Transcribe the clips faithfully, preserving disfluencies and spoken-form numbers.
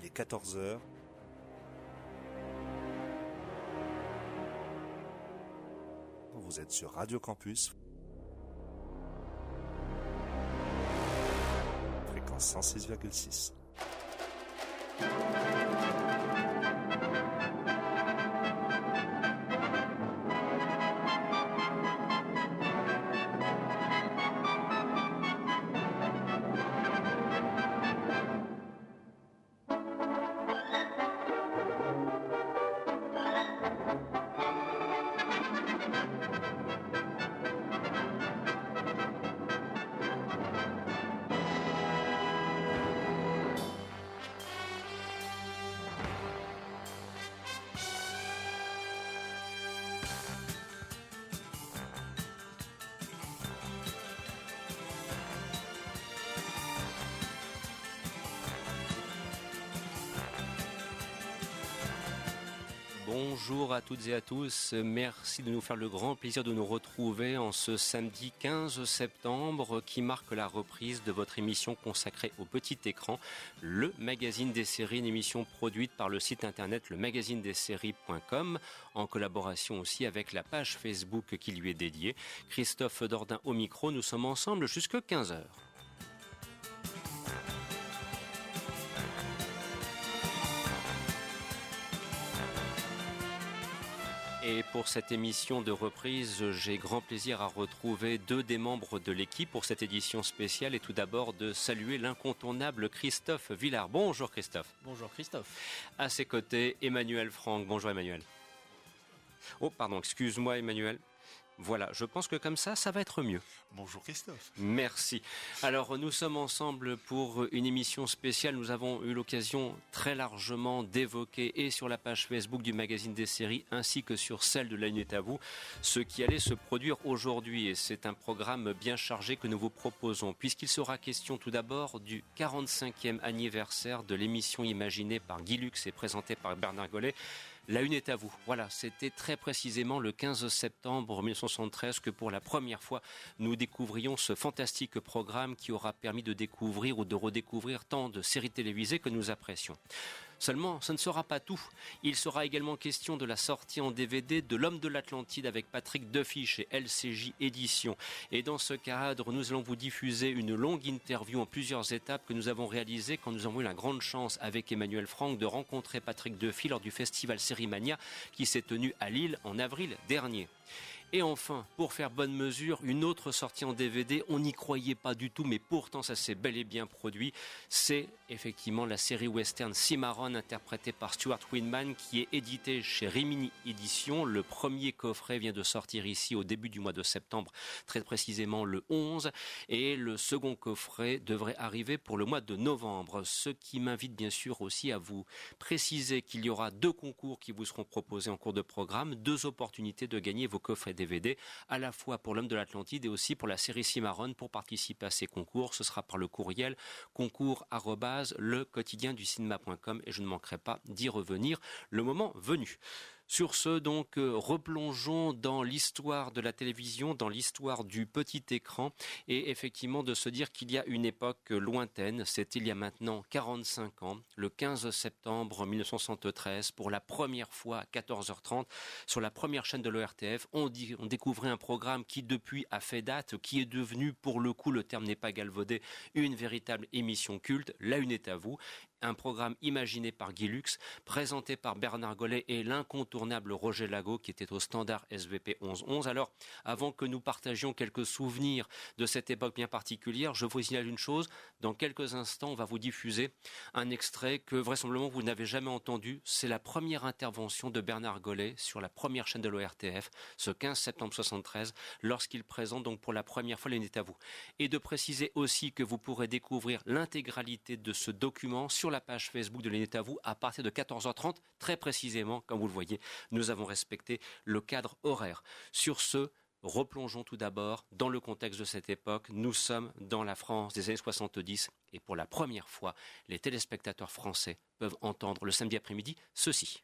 est quatorze heures. Vous êtes sur Radio Campus. Fréquence cent six virgule six. Bonjour à toutes et à tous, merci de nous faire le grand plaisir de nous retrouver en ce samedi quinze septembre qui marque la reprise de votre émission consacrée au petit écran, le magazine des séries, une émission produite par le site internet le magazine des séries point com en collaboration aussi avec la page Facebook qui lui est dédiée. Christophe Dordain au micro, nous sommes ensemble jusqu'à quinze heures. Et pour cette émission de reprise, j'ai grand plaisir à retrouver deux des membres de l'équipe pour cette édition spéciale et tout d'abord de saluer l'incontournable Christophe Villard. Bonjour Christophe. Bonjour Christophe. À ses côtés, Emmanuel Franck. Bonjour Emmanuel. Oh pardon, excuse-moi Emmanuel. Voilà, je pense que comme ça, ça va être mieux. Bonjour Christophe. Merci. Alors, nous sommes ensemble pour une émission spéciale. Nous avons eu l'occasion très largement d'évoquer et sur la page Facebook du magazine des séries ainsi que sur celle de La Une est à vous, ce qui allait se produire aujourd'hui. Et c'est un programme bien chargé que nous vous proposons puisqu'il sera question tout d'abord du quarante-cinquième anniversaire de l'émission imaginée par Guy Lux et présentée par Bernard Gollet. La Une est à vous. Voilà, c'était très précisément le quinze septembre mille neuf cent soixante-treize que pour la première fois, nous découvrions ce fantastique programme qui aura permis de découvrir ou de redécouvrir tant de séries télévisées que nous apprécions. Seulement, ce ne sera pas tout. Il sera également question de la sortie en D V D de L'Homme de l'Atlantide avec Patrick Duffy chez L C J Éditions. Et dans ce cadre, nous allons vous diffuser une longue interview en plusieurs étapes que nous avons réalisée quand nous avons eu la grande chance avec Emmanuel Franck de rencontrer Patrick Duffy lors du festival Sérimania qui s'est tenu à Lille en avril dernier. Et enfin, pour faire bonne mesure, une autre sortie en D V D, on n'y croyait pas du tout, mais pourtant ça s'est bel et bien produit. C'est effectivement la série western Cimarron, interprétée par Stuart Windman, qui est éditée chez Rimini Éditions. Le premier coffret vient de sortir ici au début du mois de septembre, très précisément le onze, et le second coffret devrait arriver pour le mois de novembre. Ce qui m'invite bien sûr aussi à vous préciser qu'il y aura deux concours qui vous seront proposés en cours de programme, deux opportunités de gagner vos coffrets D V D, à la fois pour L'Homme de l'Atlantide et aussi pour la série Cimarron. Pour participer à ces concours, ce sera par le courriel concours arobase le quotidien du cinéma point com et je ne manquerai pas d'y revenir le moment venu. Sur ce, donc, euh, replongeons dans l'histoire de la télévision, dans l'histoire du petit écran et effectivement de se dire qu'il y a une époque lointaine, c'était il y a maintenant quarante-cinq ans, le quinze septembre mille neuf cent soixante-treize, pour la première fois à quatorze heures trente, sur la première chaîne de l'O R T F, on, dit, on découvrait un programme qui depuis a fait date, qui est devenu, pour le coup, le terme n'est pas galvaudé, une véritable émission culte, La Une est à vous. Un programme imaginé par Guy Lux, présenté par Bernard Gollet et l'incontournable Roger Lago qui était au standard S V P onze onze. Alors, avant que nous partagions quelques souvenirs de cette époque bien particulière, je vous signale une chose. Dans quelques instants, on va vous diffuser un extrait que vraisemblablement vous n'avez jamais entendu. C'est la première intervention de Bernard Gollet sur la première chaîne de l'O R T F, ce quinze septembre soixante-treize, lorsqu'il présente donc pour la première fois La Une est à vous. Et de préciser aussi que vous pourrez découvrir l'intégralité de ce document sur la page Facebook de La Une est à vous à partir de quatorze heures trente, très précisément, comme vous le voyez, nous avons respecté le cadre horaire. Sur ce, replongeons tout d'abord dans le contexte de cette époque. Nous sommes dans la France des années soixante-dix et pour la première fois, les téléspectateurs français peuvent entendre le samedi après-midi ceci.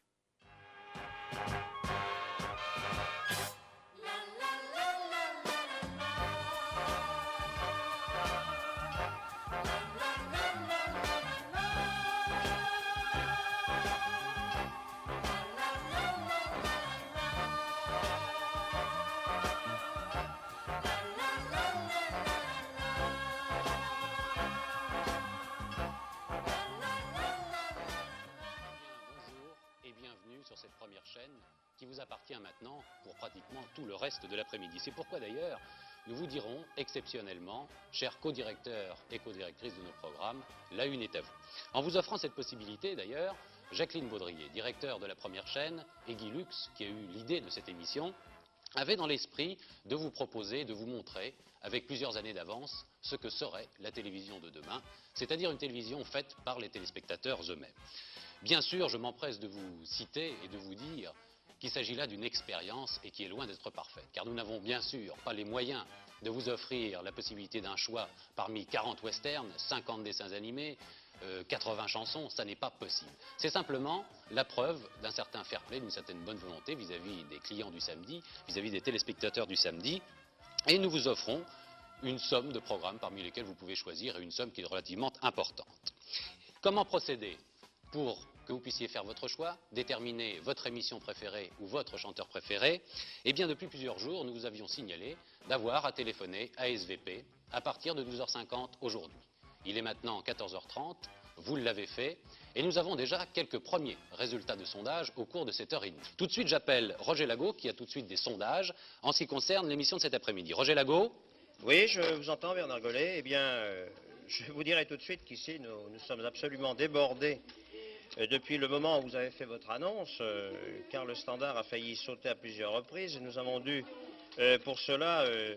qui vous appartient maintenant pour pratiquement tout le reste de l'après-midi. C'est pourquoi d'ailleurs, nous vous dirons exceptionnellement, chers co-directeurs et co-directrices de nos programmes, la une est à vous. En vous offrant cette possibilité d'ailleurs, Jacqueline Baudrier, directeur de la première chaîne, et Guy Lux, qui a eu l'idée de cette émission, avait dans l'esprit de vous proposer, de vous montrer, avec plusieurs années d'avance, ce que serait la télévision de demain, c'est-à-dire une télévision faite par les téléspectateurs eux-mêmes. Bien sûr, je m'empresse de vous citer et de vous dire qu'il s'agit là d'une expérience et qui est loin d'être parfaite, car nous n'avons bien sûr pas les moyens de vous offrir la possibilité d'un choix parmi quarante westerns, cinquante dessins animés, euh, quatre-vingts chansons, ça n'est pas possible. C'est simplement la preuve d'un certain fair play, d'une certaine bonne volonté vis-à-vis des clients du samedi, vis-à-vis des téléspectateurs du samedi, et nous vous offrons une somme de programmes parmi lesquels vous pouvez choisir, et une somme qui est relativement importante. Comment procéder pour que vous puissiez faire votre choix, déterminer votre émission préférée ou votre chanteur préféré? Eh bien, depuis plusieurs jours, nous vous avions signalé d'avoir à téléphoner à S V P à partir de douze heures cinquante aujourd'hui. Il est maintenant quatorze heures trente, vous l'avez fait, et nous avons déjà quelques premiers résultats de sondage au cours de cette heure et demie. Tout de suite, j'appelle Roger Lago, qui a tout de suite des sondages en ce qui concerne l'émission de cet après-midi. Roger Lago? Oui, je vous entends, Bernard Gollet. Eh bien, euh, je vous dirai tout de suite qu'ici, nous, nous sommes absolument débordés euh, depuis le moment où vous avez fait votre annonce, euh, car le standard a failli sauter à plusieurs reprises, et nous avons dû, euh, pour cela, euh,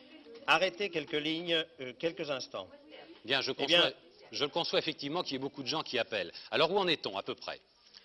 arrêter quelques lignes, euh, quelques instants. Bien, je Eh conçois, bien, je le conçois effectivement qu'il y ait beaucoup de gens qui appellent. Alors, où en est-on, à peu près?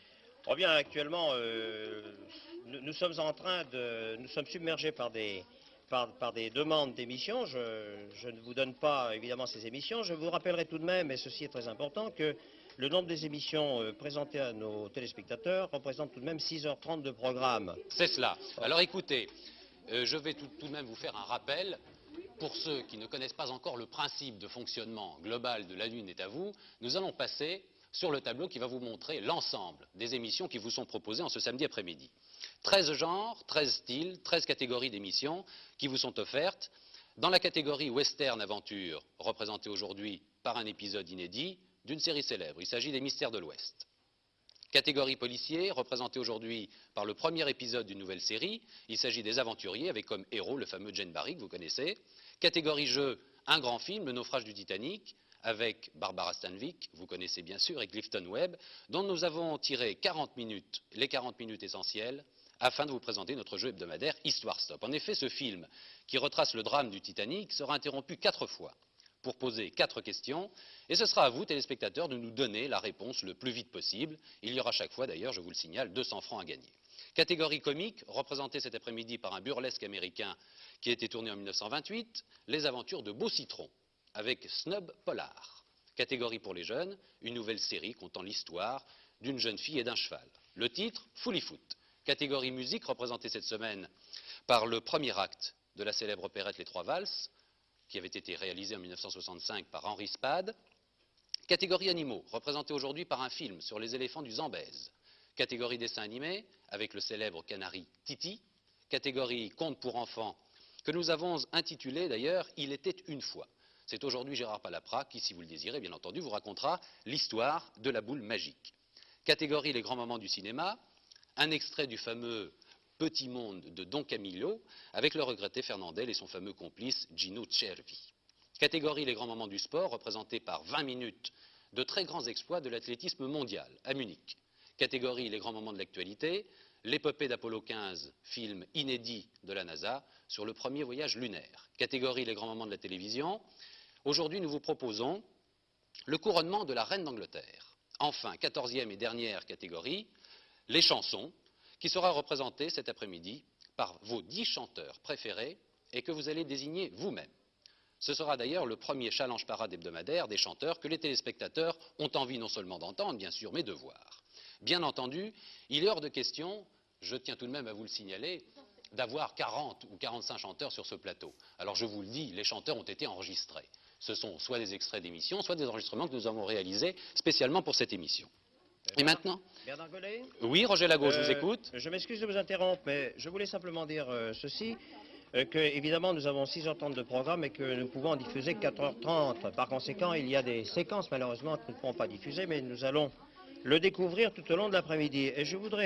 oh bien, actuellement, euh, nous, nous sommes en train de... Nous sommes submergés par des... Par, par des demandes d'émissions. Je, je ne vous donne pas évidemment ces émissions. Je vous rappellerai tout de même, et ceci est très important, que le nombre des émissions euh, présentées à nos téléspectateurs représente tout de même six heures trente de programme. C'est cela. Alors écoutez, euh, je vais tout, tout de même vous faire un rappel. Pour ceux qui ne connaissent pas encore le principe de fonctionnement global de La Une est à vous, nous allons passer sur le tableau qui va vous montrer l'ensemble des émissions qui vous sont proposées en ce samedi après-midi. treize genres, treize styles, treize catégories d'émissions qui vous sont offertes. Dans la catégorie Western Aventure, représentée aujourd'hui par un épisode inédit d'une série célèbre. Il s'agit des Mystères de l'Ouest. Catégorie policier, représentée aujourd'hui par le premier épisode d'une nouvelle série. Il s'agit des Aventuriers, avec comme héros le fameux Jane Barry que vous connaissez. Catégorie jeu, un grand film, Le Naufrage du Titanic, avec Barbara Stanwyck, vous connaissez bien sûr, et Clifton Webb, dont nous avons tiré quarante minutes, les quarante minutes essentielles, afin de vous présenter notre jeu hebdomadaire Histoire Stop. En effet, ce film, qui retrace le drame du Titanic, sera interrompu quatre fois pour poser quatre questions, et ce sera à vous, téléspectateurs, de nous donner la réponse le plus vite possible. Il y aura chaque fois, d'ailleurs, je vous le signale, deux cents francs à gagner. Catégorie comique, représentée cet après-midi par un burlesque américain qui a été tourné en mille neuf cent vingt-huit, Les Aventures de Beau Citron, avec Snub Polar. Catégorie pour les jeunes, une nouvelle série contant l'histoire d'une jeune fille et d'un cheval. Le titre, Fully Foot. Catégorie musique, représentée cette semaine par le premier acte de la célèbre opérette Les Trois Valses, qui avait été réalisé en mille neuf cent soixante-cinq par Henri Spade. Catégorie animaux, représentée aujourd'hui par un film sur les éléphants du Zambèze. Catégorie dessin animé, avec le célèbre canari Titi. Catégorie conte pour enfants, que nous avons intitulé d'ailleurs « Il était une fois ». C'est aujourd'hui Gérard Palapra qui, si vous le désirez, bien entendu, vous racontera l'histoire de la boule magique. Catégorie les grands moments du cinéma, un extrait du fameux Petit Monde de Don Camillo, avec le regretté Fernandel et son fameux complice Gino Cervi. Catégorie les grands moments du sport, représentés par vingt minutes de très grands exploits de l'athlétisme mondial à Munich. Catégorie les grands moments de l'actualité, l'épopée d'Apollo quinze, film inédit de la NASA sur le premier voyage lunaire. Catégorie les grands moments de la télévision. Aujourd'hui, nous vous proposons le couronnement de la reine d'Angleterre. Enfin, quatorzième et dernière catégorie, les chansons, qui sera représentée cet après-midi par vos dix chanteurs préférés et que vous allez désigner vous-même. Ce sera d'ailleurs le premier challenge parade hebdomadaire des chanteurs que les téléspectateurs ont envie non seulement d'entendre, bien sûr, mais de voir. Bien entendu, il est hors de question, je tiens tout de même à vous le signaler, d'avoir quarante ou quarante-cinq chanteurs sur ce plateau. Alors je vous le dis, les chanteurs ont été enregistrés. Ce sont soit des extraits d'émissions, soit des enregistrements que nous avons réalisés spécialement pour cette émission. Et maintenant Bernard Gollet? Oui, Roger Lago, je Euh, vous écoute. Je m'excuse de vous interrompre, mais je voulais simplement dire euh, ceci, euh, que évidemment nous avons six heures trente de programme et que nous pouvons en diffuser quatre heures trente. Par conséquent, il y a des séquences malheureusement que nous ne pourrons pas diffuser, mais nous allons le découvrir tout au long de l'après-midi. Et je voudrais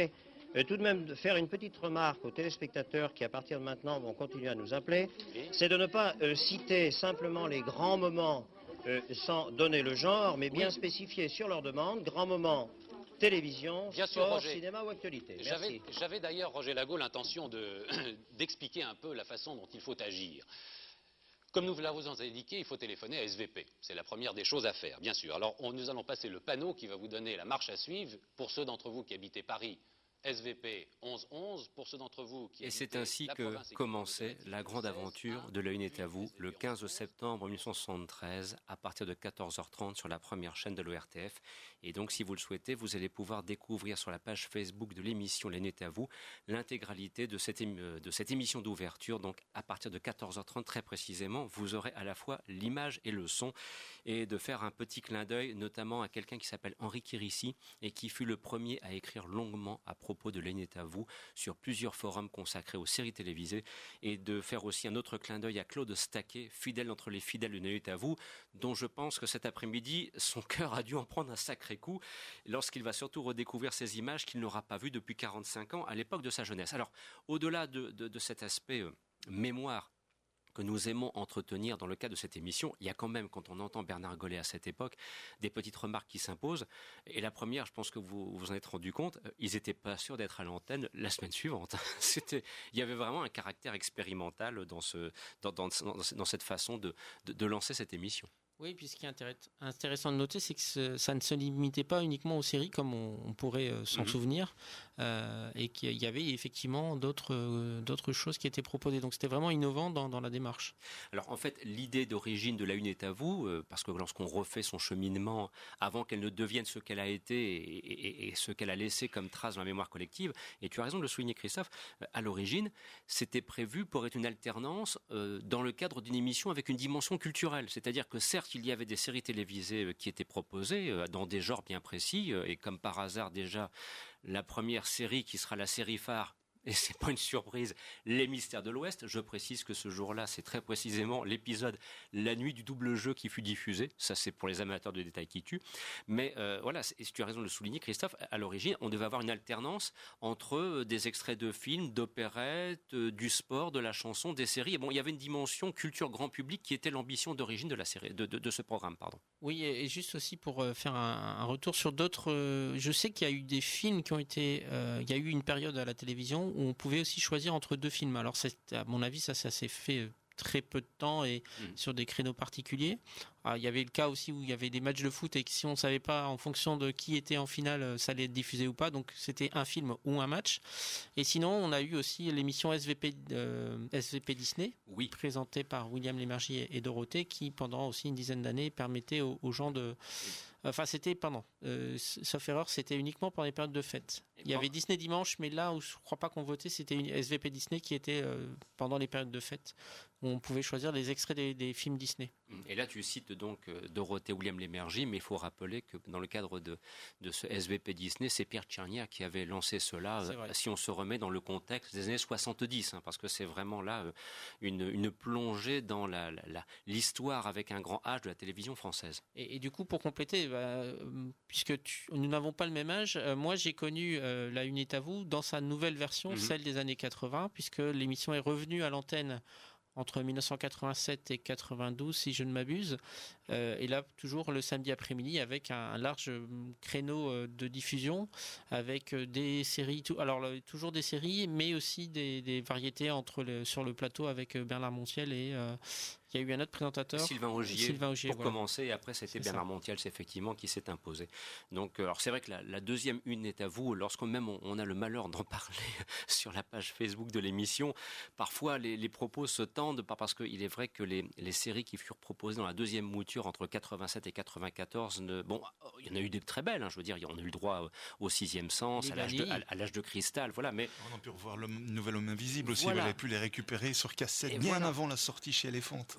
euh, tout de même faire une petite remarque aux téléspectateurs qui, à partir de maintenant, vont continuer à nous appeler. C'est de ne pas euh, citer simplement les grands moments euh, sans donner le genre, mais bien oui. spécifier sur leur demande, grands moments télévision, bien sport, sûr, cinéma ou actualité. J'avais, j'avais d'ailleurs, Roger Lago, l'intention de, d'expliquer un peu la façon dont il faut agir. Comme nous vous l'avons indiqué, il faut téléphoner à S V P. C'est la première des choses à faire, bien sûr. Alors, on, nous allons passer le panneau qui va vous donner la marche à suivre. Pour ceux d'entre vous qui habitez Paris, S V P onze onze. Pour ceux d'entre vous qui Et c'est ainsi que commençait la grande aventure de La Une est à vous, le quinze septembre mille neuf cent soixante-treize, à partir de quatorze heures trente sur la première chaîne de l'O R T F. Et donc, si vous le souhaitez, vous allez pouvoir découvrir sur la page Facebook de l'émission La Une est à vous l'intégralité de cette, ém- de cette émission d'ouverture. Donc, à partir de quatorze heures trente, très précisément, vous aurez à la fois l'image et le son. Et de faire un petit clin d'œil, notamment à quelqu'un qui s'appelle Henri Kirissi et qui fut le premier à écrire longuement à propos de La Une est à vous sur plusieurs forums consacrés aux séries télévisées, et de faire aussi un autre clin d'œil à Claude Staquet, fidèle entre les fidèles de La Une est à vous, dont je pense que cet après-midi, son cœur a dû en prendre un sacré coup lorsqu'il va surtout redécouvrir ces images qu'il n'aura pas vues depuis quarante-cinq ans à l'époque de sa jeunesse. Alors, au-delà de, de, de cet aspect euh, mémoire que nous aimons entretenir dans le cadre de cette émission, il y a quand même, quand on entend Bernard Gollet à cette époque, des petites remarques qui s'imposent. Et la première, je pense que vous vous en êtes rendu compte, ils n'étaient pas sûrs d'être à l'antenne la semaine suivante. C'était, il y avait vraiment un caractère expérimental dans, ce, dans, dans, dans cette façon de, de, de lancer cette émission. Oui, puis ce qui est intéressant de noter, c'est que ce, ça ne se limitait pas uniquement aux séries, comme on, on pourrait euh, s'en mmh. souvenir, euh, et qu'il y avait effectivement d'autres, euh, d'autres choses qui étaient proposées. Donc c'était vraiment innovant dans, dans la démarche. Alors en fait, l'idée d'origine de La Une est à vous, euh, parce que lorsqu'on refait son cheminement, avant qu'elle ne devienne ce qu'elle a été et, et, et ce qu'elle a laissé comme trace dans la mémoire collective, et tu as raison de le souligner, Christophe, à l'origine, c'était prévu pour être une alternance euh, dans le cadre d'une émission avec une dimension culturelle. C'est-à-dire que certes, il y avait des séries télévisées qui étaient proposées dans des genres bien précis, et comme par hasard déjà la première série qui sera la série phare, et c'est pas une surprise, Les Mystères de l'Ouest. Je précise que ce jour-là, c'est très précisément l'épisode La nuit du double jeu qui fut diffusé. Ça, c'est pour les amateurs de détails qui tuent. Mais euh, voilà, et tu as raison de le souligner, Christophe, à l'origine, on devait avoir une alternance entre des extraits de films, d'opérettes, du sport, de la chanson, des séries. Et bon, il y avait une dimension culture grand public qui était l'ambition d'origine de la série, de, de, de ce programme, pardon. Oui, et juste aussi pour faire un, un retour sur d'autres. Euh, je sais qu'il y a eu des films qui ont été. Euh, il y a eu une période à la télévision où on pouvait aussi choisir entre deux films. Alors, c'est, à mon avis, ça, ça s'est fait très peu de temps et mmh. sur des créneaux particuliers. Alors, il y avait le cas aussi où il y avait des matchs de foot et que si on ne savait pas en fonction de qui était en finale, ça allait être diffusé ou pas. Donc, c'était un film ou un match. Et sinon, on a eu aussi l'émission S V P, euh, S V P Disney, oui. présentée par William Lémergie et, et Dorothée, qui, pendant aussi une dizaine d'années, permettait aux, aux gens de... Enfin, c'était, pardon, euh, sauf erreur, c'était uniquement pendant les périodes de fête. Il y avait Disney Dimanche, mais là où je ne crois pas qu'on votait, c'était une S V P Disney qui était euh, pendant les périodes de fête, où on pouvait choisir les extraits des, des films Disney. Et là, tu cites donc euh, Dorothée William Lémergie, mais il faut rappeler que dans le cadre de, de ce S V P Disney, c'est Pierre Tchernia qui avait lancé cela, euh, si on se remet dans le contexte des années soixante-dix, hein, parce que c'est vraiment là euh, une, une plongée dans la, la, la, l'histoire avec un grand H de la télévision française. Et, et du coup, pour compléter, bah, puisque tu, nous n'avons pas le même âge, euh, moi j'ai connu euh, La Une est à vous dans sa nouvelle version, mmh. celle des années quatre-vingts, puisque l'émission est revenue à l'antenne entre dix-neuf cent quatre-vingt-sept et quatre-vingt-douze, si je ne m'abuse. Euh, et là, toujours le samedi après-midi, avec un, un large créneau de diffusion, avec des séries, tout, alors toujours des séries, mais aussi des, des variétés entre le, sur le plateau avec Bernard Montiel et... Euh, il y a eu un autre présentateur, Sylvain Augier, Sylvain Augier pour voilà. commencer, et après c'était c'est Bernard ça. Montiel, c'est effectivement qui s'est imposé. Donc, alors c'est vrai que la, la deuxième une est à vous, lorsqu'on même on, on a le malheur d'en parler sur la page Facebook de l'émission, parfois les, les propos se tendent, parce qu'il est vrai que les, les séries qui furent proposées dans la deuxième mouture entre quatre-vingt-sept et quatre-vingt-quatorze, ne, bon, il y en a eu des très belles, hein, je veux dire, on a eu le droit au Sixième Sens, à l'âge, de, à, à l'âge de cristal, voilà. Mais on a pu revoir le Nouvel Homme Invisible aussi, voilà. On avait pu les récupérer sur cassette et bien voilà. avant la sortie chez Elephant.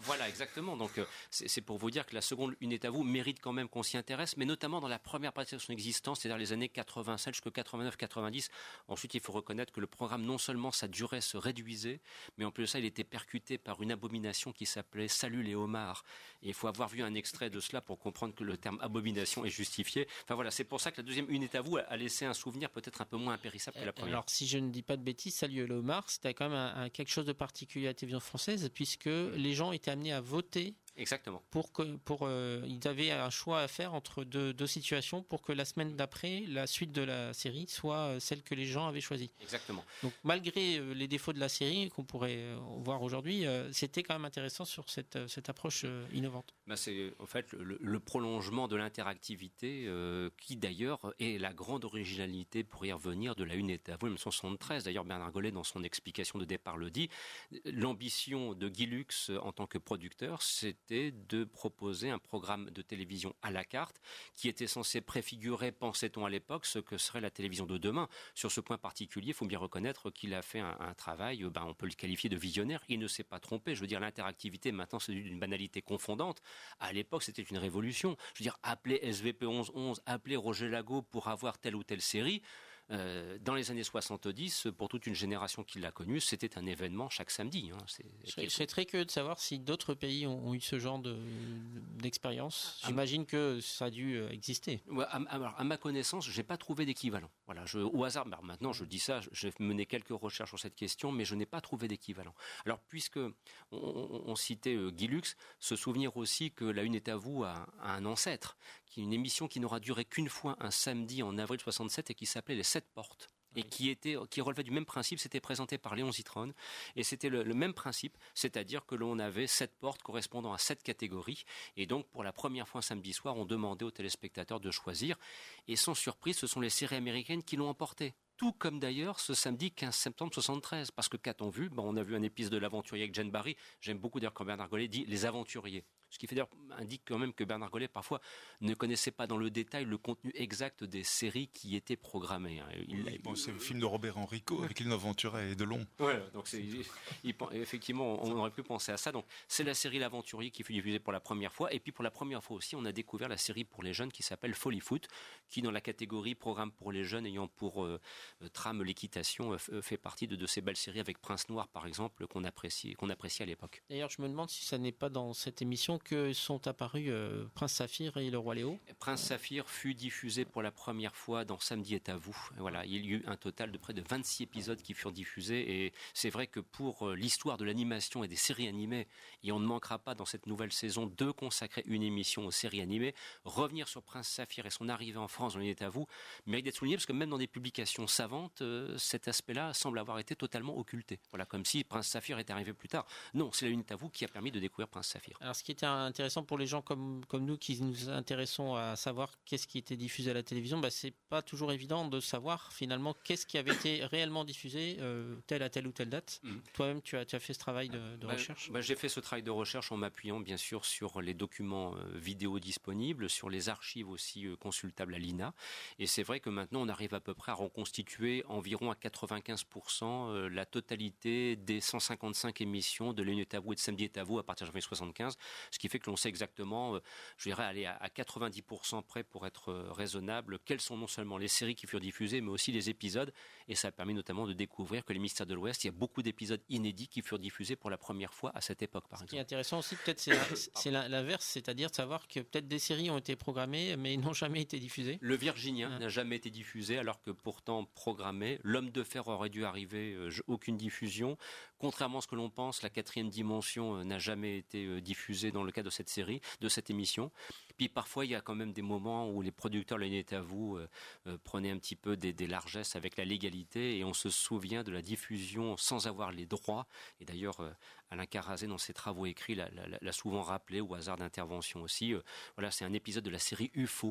Voilà, exactement. Donc, euh, c'est, c'est pour vous dire que la seconde Une est à vous mérite quand même qu'on s'y intéresse, mais notamment dans la première partie de son existence, c'est-à-dire les années quatre-vingt-sept jusqu'à quatre-vingt-neuf quatre-vingt-dix. Ensuite, il faut reconnaître que le programme, non seulement sa durée se réduisait, mais en plus de ça, il était percuté par une abomination qui s'appelait Salut les homards. Et il faut avoir vu un extrait de cela pour comprendre que le terme abomination est justifié. Enfin voilà, c'est pour ça que la deuxième Une est à vous a laissé un souvenir peut-être un peu moins impérissable que la première. Alors, si je ne dis pas de bêtises, Salut les homards, c'était quand même un, un, quelque chose de particulier à la télévision française, puisque les gens étaient amenés à voter. Exactement. Pour que, pour, euh, ils avaient un choix à faire entre deux, deux situations pour que la semaine d'après, la suite de la série soit celle que les gens avaient choisie. Exactement. Donc, malgré les défauts de la série qu'on pourrait voir aujourd'hui, euh, c'était quand même intéressant sur cette, cette approche euh, innovante. Ben c'est en fait le, le prolongement de l'interactivité euh, qui d'ailleurs est la grande originalité, pour y revenir, de la Une est à vous en dix-neuf cent soixante-treize. D'ailleurs, Bernard Gollet, dans son explication de départ, le dit. L'ambition de Guy Lux en tant que producteur, c'était de proposer un programme de télévision à la carte qui était censé préfigurer, pensait-on à l'époque, ce que serait la télévision de demain. Sur ce point particulier, il faut bien reconnaître qu'il a fait un, un travail, ben, on peut le qualifier de visionnaire. Il ne s'est pas trompé. Je veux dire, l'interactivité, maintenant, c'est d'une banalité confondante. À l'époque, c'était une révolution. Je veux dire, appeler S V P onze onze, appeler Roger Lago pour avoir telle ou telle série. Euh, dans les années soixante-dix, pour toute une génération qui l'a connu, c'était un événement chaque samedi. Hein. C'est, je serais très curieux de savoir si d'autres pays ont, ont eu ce genre de, d'expérience. J'imagine que ça a dû exister. Ouais, à, à, à ma connaissance, je n'ai pas trouvé d'équivalent. Voilà, je, au hasard, bah, maintenant je dis ça, j'ai mené quelques recherches sur cette question, mais je n'ai pas trouvé d'équivalent. Alors, puisque on, on, on citait euh, Guy Lux, se souvenir aussi que la Une est à vous a, a un ancêtre, qui est une émission qui n'aura duré qu'une fois un samedi en avril soixante-sept et qui s'appelait Les Sept Portes. Et qui était, qui relevait du même principe, c'était présenté par Léon Zitrone, et c'était le, le même principe, c'est-à-dire que l'on avait sept portes correspondant à sept catégories, et donc pour la première fois un samedi soir, on demandait aux téléspectateurs de choisir, et sans surprise, ce sont les séries américaines qui l'ont emporté. Tout comme d'ailleurs ce samedi quinze septembre soixante-treize, parce que qu'a-t-on vu ? Ben, on a vu un épisode de l'Aventurier avec Jane Barry. J'aime beaucoup d'ailleurs quand Bernard Gollet dit les Aventuriers. Ce qui fait d'ailleurs indique quand même que Bernard Gollet parfois ne connaissait pas dans le détail le contenu exact des séries qui étaient programmées. Il, oui, bon, c'est le film de Robert Enrico avec une aventure et de long. Ouais, donc c'est, il, il, effectivement, on aurait pu penser à ça. Donc c'est la série L'Aventurier qui fut diffusée pour la première fois, et puis pour la première fois aussi, on a découvert la série pour les jeunes qui s'appelle Folly Foot, qui dans la catégorie programme pour les jeunes ayant pour euh, trame l'équitation euh, fait partie de, de ces belles séries avec Prince Noir par exemple qu'on apprécie, qu'on apprécie à l'époque. D'ailleurs, je me demande si ça n'est pas dans cette émission que sont apparus euh, Prince Saphir et le Roi Léo. Prince Saphir fut diffusé pour la première fois dans Samedi est à vous. Voilà, il y a eu un total de près de vingt-six épisodes qui furent diffusés, et c'est vrai que pour l'histoire de l'animation et des séries animées, et on ne manquera pas dans cette nouvelle saison de consacrer une émission aux séries animées, revenir sur Prince Saphir et son arrivée en France dans Une est à vous mérite d'être souligné, parce que même dans des publications savantes, euh, cet aspect-là semble avoir été totalement occulté. Voilà, comme si Prince Saphir était arrivé plus tard. Non, c'est la Une est à vous qui a permis de découvrir Prince Saphir. Alors, ce qui était intéressant pour les gens comme, comme nous qui nous intéressons à savoir qu'est-ce qui était diffusé à la télévision, bah, c'est pas toujours évident de savoir finalement qu'est-ce qui avait été réellement diffusé euh, telle à telle ou telle date. Mmh. Toi-même, tu as, tu as fait ce travail de, de bah, recherche bah, J'ai fait ce travail de recherche en m'appuyant bien sûr sur les documents euh, vidéo disponibles, sur les archives aussi euh, consultables à l'I N A. Et c'est vrai que maintenant, on arrive à peu près à reconstituer environ à quatre-vingt-quinze pour cent euh, la totalité des cent cinquante-cinq émissions de L'Une est à vous et de Samedi est à vous à partir de janvier soixante-quinze, ce qui fait que l'on sait exactement, euh, je dirais aller à, à quatre-vingt-dix pour cent près pour être euh, raisonnable, quelles sont non seulement les séries qui furent diffusées, mais aussi les épisodes. Et ça a permis notamment de découvrir que les Mystères de l'Ouest, il y a beaucoup d'épisodes inédits qui furent diffusés pour la première fois à cette époque, par Ce exemple. qui est intéressant aussi, peut-être, c'est, c'est l'inverse, c'est-à-dire de savoir que peut-être des séries ont été programmées, mais n'ont jamais été diffusées. Le Virginien ah. n'a jamais été diffusé, alors que pourtant programmé. L'Homme de fer aurait dû arriver, euh, aucune diffusion. Contrairement à ce que l'on pense, la quatrième dimension euh, n'a jamais été euh, diffusée dans le cadre de cette série, de cette émission. Puis parfois, il y a quand même des moments où les producteurs, L'Une est à vous, euh, euh, prenaient un petit peu des, des largesses avec la légalité, et on se souvient de la diffusion sans avoir les droits. Et d'ailleurs, euh, Alain Carazé, dans ses travaux écrits, l'a, l'a, l'a souvent rappelé, au hasard d'intervention aussi. Euh, voilà, c'est un épisode de la série U F O.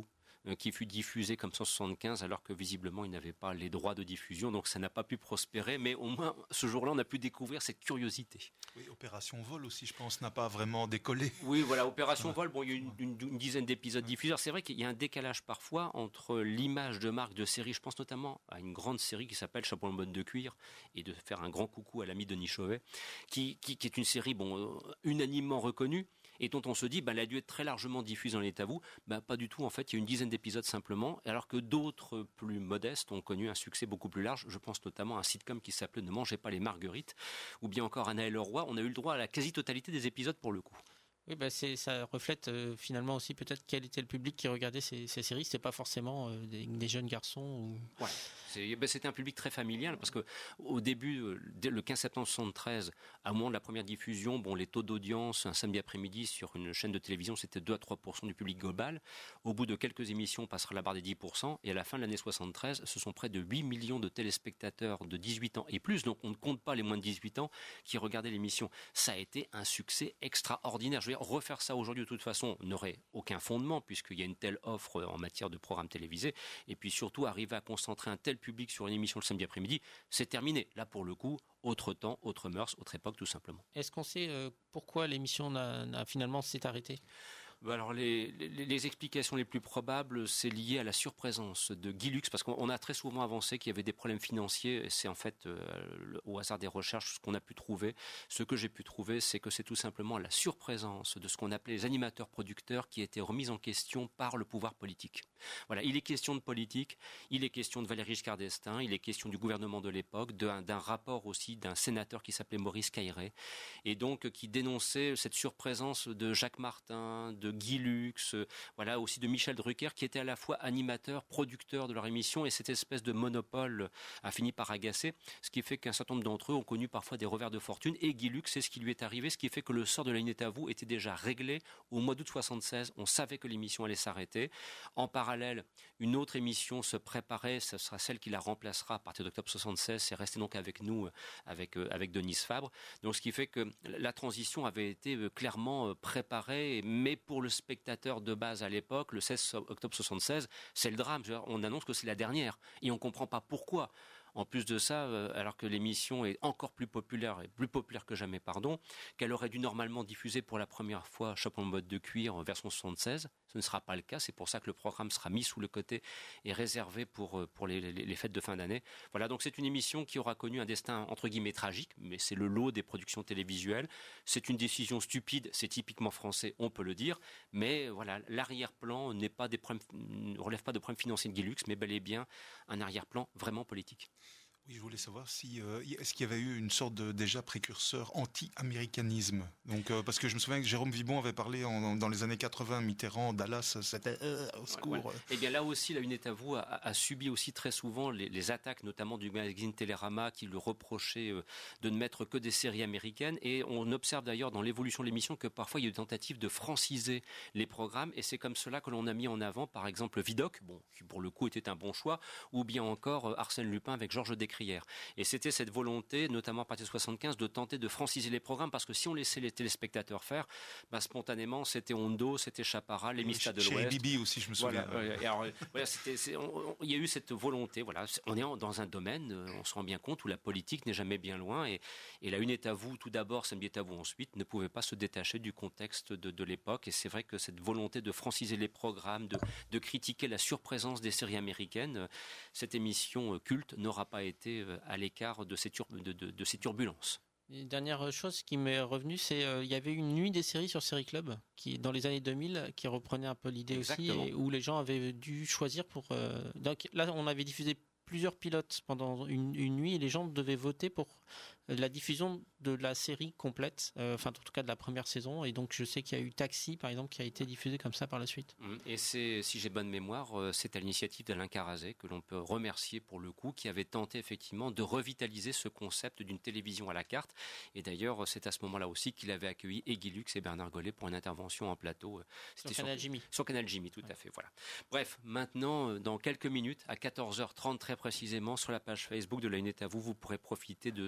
euh, qui fut diffusé comme cent soixante-quinze alors que visiblement il n'avait pas les droits de diffusion, donc ça n'a pas pu prospérer, mais au moins ce jour-là on a pu découvrir cette curiosité. Oui, Opération Vol aussi, je pense, n'a pas vraiment décollé. Oui, voilà, Opération Vol, bon, il y a une, une, une dizaine d'épisodes diffusés. C'est vrai qu'il y a un décalage parfois entre l'image de marque de série, je pense notamment à une grande série qui s'appelle Chapeau en botte de cuir, et de faire un grand coucou à l'ami Denis Chauvet, qui, qui, qui est une série bon, euh, unanimement reconnue, et dont on se dit, bah, elle a dû être très largement diffusée dans l'État vous. Bah, pas du tout, en fait, il y a une dizaine d'épisodes simplement, alors que d'autres plus modestes ont connu un succès beaucoup plus large. Je pense notamment à un sitcom qui s'appelait Ne mangez pas les marguerites, ou bien encore Anna et le roi. On a eu le droit à la quasi-totalité des épisodes pour le coup. Oui, bah c'est, ça reflète euh, finalement aussi peut-être quel était le public qui regardait ces, ces séries. C'était pas forcément euh, des, des jeunes garçons. Ou... Ouais. C'est, ben c'était un public très familial parce que au début, euh, dès le quinze septembre soixante-treize, à moment de la première diffusion, bon, les taux d'audience un samedi après-midi sur une chaîne de télévision, c'était deux à trois pour cent du public global. Au bout de quelques émissions, on passera la barre des dix pour cent. Et à la fin de l'année soixante-treize, ce sont près de huit millions de téléspectateurs de dix-huit ans et plus. Donc on ne compte pas les moins de dix-huit ans qui regardaient l'émission. Ça a été un succès extraordinaire. Je veux dire, refaire ça aujourd'hui de toute façon n'aurait aucun fondement puisqu'il y a une telle offre en matière de programmes télévisés. Et puis surtout, arriver à concentrer un tel public sur une émission le samedi après-midi, c'est terminé. Là, pour le coup, autre temps, autre mœurs, autre époque, tout simplement. Est-ce qu'on sait euh, pourquoi l'émission n'a, n'a finalement s'est arrêtée ? Alors les, les, les explications les plus probables, c'est lié à la surprésence de Guy Lux, parce qu'on a très souvent avancé qu'il y avait des problèmes financiers, et c'est en fait euh, au hasard des recherches ce qu'on a pu trouver. Ce que j'ai pu trouver, c'est que c'est tout simplement la surprésence de ce qu'on appelait les animateurs-producteurs qui étaient remis en question par le pouvoir politique. Voilà, il est question de politique, il est question de Valéry Giscard d'Estaing, il est question du gouvernement de l'époque, d'un, d'un rapport aussi d'un sénateur qui s'appelait Maurice Cailleret, et donc qui dénonçait cette surprésence de Jacques Martin, de Guy Lux, euh, voilà, aussi de Michel Drucker, qui était à la fois animateur, producteur de leur émission, et cette espèce de monopole a fini par agacer, ce qui fait qu'un certain nombre d'entre eux ont connu parfois des revers de fortune, et Guy Lux, c'est ce qui lui est arrivé, ce qui fait que le sort de La Ligne est à vous était déjà réglé au mois d'août soixante-seize, on savait que l'émission allait s'arrêter. En parallèle, une autre émission se préparait, ce sera celle qui la remplacera à partir d'octobre soixante-seize, c'est resté donc avec nous, avec, avec Denise Fabre, donc ce qui fait que la transition avait été clairement préparée, mais pour le spectateur de base à l'époque, le seize octobre soixante-seize, c'est le drame. On annonce que c'est la dernière et on ne comprend pas pourquoi. En plus de ça, euh, alors que l'émission est encore plus populaire, et plus populaire que jamais, pardon, qu'elle aurait dû normalement diffuser pour la première fois Chapeau en botte de cuir en version soixante-seize, ce ne sera pas le cas. C'est pour ça que le programme sera mis sous le côté et réservé pour, pour les, les, les fêtes de fin d'année. Voilà, donc c'est une émission qui aura connu un destin entre guillemets tragique, mais c'est le lot des productions télévisuelles. C'est une décision stupide, c'est typiquement français, on peut le dire, mais voilà, l'arrière-plan n'est pas des problèmes, ne relève pas de problèmes financiers de Guy Lux, mais bel et bien un arrière-plan vraiment politique. Oui, je voulais savoir si euh, est-ce qu'il y avait eu une sorte de déjà précurseur anti-américanisme. Donc euh, parce que je me souviens que Jérôme Vibon avait parlé en, dans les années quatre-vingts, Mitterrand, Dallas, c'était euh, au secours. Ouais, ouais. Et bien là aussi, La Une est à vous a, a subi aussi très souvent les, les attaques, notamment du magazine Télérama, qui lui reprochait euh, de ne mettre que des séries américaines. Et on observe d'ailleurs dans l'évolution de l'émission que parfois il y a eu des tentatives de franciser les programmes. Et c'est comme cela que l'on a mis en avant, par exemple, Vidocq, bon, qui pour le coup était un bon choix, ou bien encore euh, Arsène Lupin avec Georges Descrières. Et c'était cette volonté, notamment à partir de soixante-quinze, de tenter de franciser les programmes, parce que si on laissait les téléspectateurs faire, bah, spontanément, c'était Hondo, c'était Chaparral, les Mystères de l'Ouest. Chez Bibi aussi, je me souviens. Voilà, et alors, voilà, c'était, c'est, on, on, il y a eu cette volonté, voilà, on est en, dans un domaine, on se rend bien compte, où la politique n'est jamais bien loin, et, et La Une est à vous, tout d'abord, Samedi est à vous ensuite, ne pouvait pas se détacher du contexte de, de l'époque, et c'est vrai que cette volonté de franciser les programmes, de, de critiquer la surprésence des séries américaines, cette émission culte n'aura pas été à l'écart de ces, tur- de, de, de ces turbulences. Une dernière chose qui m'est revenue, c'est qu'il euh, y avait une nuit des séries sur Série Club, qui, dans les années deux mille, qui reprenait un peu l'idée Exactement. aussi, et où les gens avaient dû choisir pour... Euh, donc là, on avait diffusé plusieurs pilotes pendant une, une nuit, et les gens devaient voter pour la diffusion de la série complète, euh, enfin en tout cas de la première saison, et donc je sais qu'il y a eu Taxi par exemple qui a été diffusé comme ça par la suite. Et c'est, si j'ai bonne mémoire, c'est à l'initiative d'Alain Carazet que l'on peut remercier pour le coup, qui avait tenté effectivement de revitaliser ce concept d'une télévision à la carte, et d'ailleurs c'est à ce moment-là aussi qu'il avait accueilli et Guy Lux et Bernard Gollet pour une intervention en plateau. C'était sur Canal Jimmy. Sur Canal Jimmy, tout ouais. à fait, voilà. Bref, maintenant, dans quelques minutes, à quatorze heures trente très précisément, sur la page Facebook de La Une est à vous, vous pourrez profiter de ce programme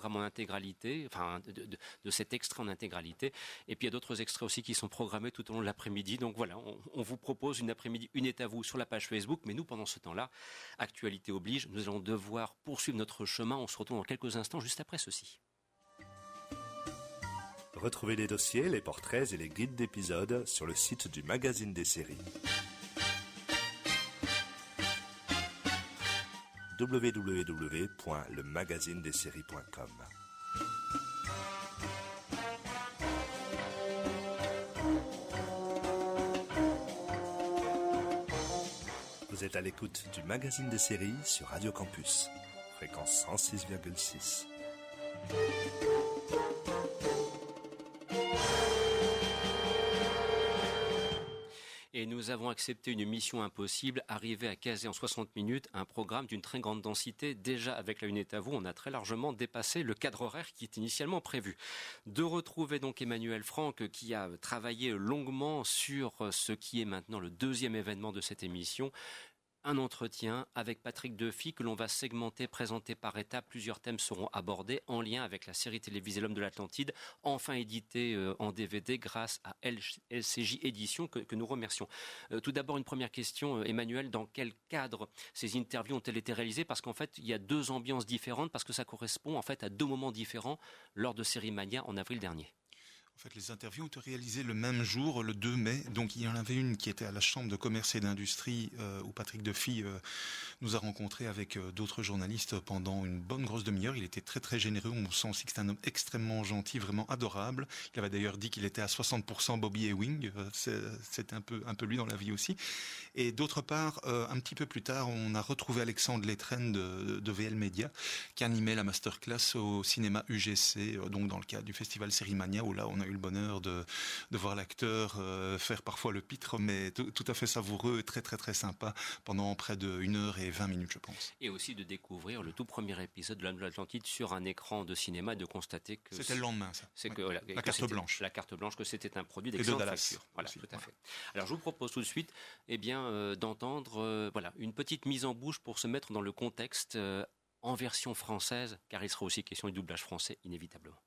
programme en intégralité, enfin de, de, de cet extrait en intégralité. Et puis il y a d'autres extraits aussi qui sont programmés tout au long de l'après-midi. Donc voilà, on, on vous propose une après-midi Une est à vous sur la page Facebook. Mais nous, pendant ce temps-là, actualité oblige, nous allons devoir poursuivre notre chemin. On se retrouve dans quelques instants, juste après ceci. Retrouvez les dossiers, les portraits et les guides d'épisodes sur le site du magazine des séries. w w w point le magazine des séries point com. Vous êtes à l'écoute du magazine des séries sur Radio Campus, fréquence cent six virgule six. Et nous avons accepté une mission impossible, arriver à caser en soixante minutes un programme d'une très grande densité. Déjà, avec la Une est à vous, on a très largement dépassé le cadre horaire qui était initialement prévu. De retrouver donc Emmanuel Franck, qui a travaillé longuement sur ce qui est maintenant le deuxième événement de cette émission. Un entretien avec Patrick Defy que l'on va segmenter, présenter par étapes. Plusieurs thèmes seront abordés en lien avec la série télévisée L'Homme de l'Atlantide, enfin éditée euh, en D V D grâce à L C J Éditions que, que nous remercions. Euh, tout d'abord, une première question, euh, Emmanuel, dans quel cadre ces interviews ont-elles été réalisées? Parce qu'en fait, il y a deux ambiances différentes, parce que ça correspond en fait à deux moments différents lors de Série Mania en avril dernier. En fait, les interviews ont été réalisées le même jour, le deux mai. Donc, il y en avait une qui était à la Chambre de commerce et d'industrie, euh, où Patrick Defy euh, nous a rencontrés avec euh, d'autres journalistes pendant une bonne grosse demi-heure. Il était très, très généreux. On sent aussi que c'est un homme extrêmement gentil, vraiment adorable. Il avait d'ailleurs dit qu'il était à soixante pour cent Bobby Ewing. Euh, c'est, c'est un peu, un peu lui dans la vie aussi. Et d'autre part, euh, un petit peu plus tard, on a retrouvé Alexandre Letren de, de V L Media, qui animait la masterclass au cinéma U G C, euh, donc dans le cadre du festival Série Mania, où là, on a eu le bonheur de, de voir l'acteur euh, faire parfois le pitre, mais t- tout à fait savoureux et très très très sympa pendant près de une heure et vingt minutes, je pense. Et aussi de découvrir le tout premier épisode de L'Homme de l'Atlantide sur un écran de cinéma et de constater que... C'était le lendemain, ça. C'est ouais. que, voilà, la que carte blanche. La carte blanche, que c'était un produit d'excellente facture. Voilà, aussi, tout à voilà. fait. Alors, je vous propose tout de suite eh bien, euh, d'entendre euh, voilà, une petite mise en bouche pour se mettre dans le contexte euh, en version française, car il sera aussi question du doublage français, inévitablement.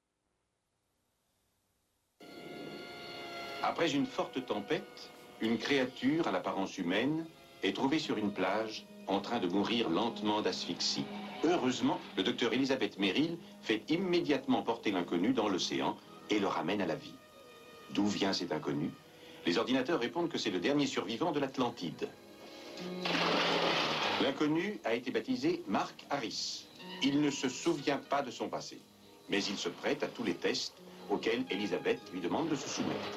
Après une forte tempête, une créature à l'apparence humaine est trouvée sur une plage en train de mourir lentement d'asphyxie. Heureusement, le docteur Elisabeth Merrill fait immédiatement porter l'inconnu dans l'océan et le ramène à la vie. D'où vient cet inconnu? Les ordinateurs répondent que c'est le dernier survivant de l'Atlantide. L'inconnu a été baptisé Mark Harris. Il ne se souvient pas de son passé, mais il se prête à tous les tests auquel Elisabeth lui demande de se soumettre.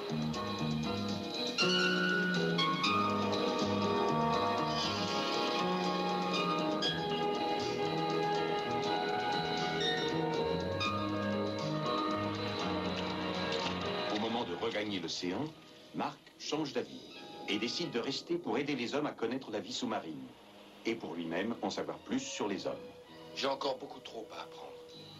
Au moment de regagner l'océan, Marc change d'avis et décide de rester pour aider les hommes à connaître la vie sous-marine et pour lui-même en savoir plus sur les hommes. J'ai encore beaucoup trop à apprendre.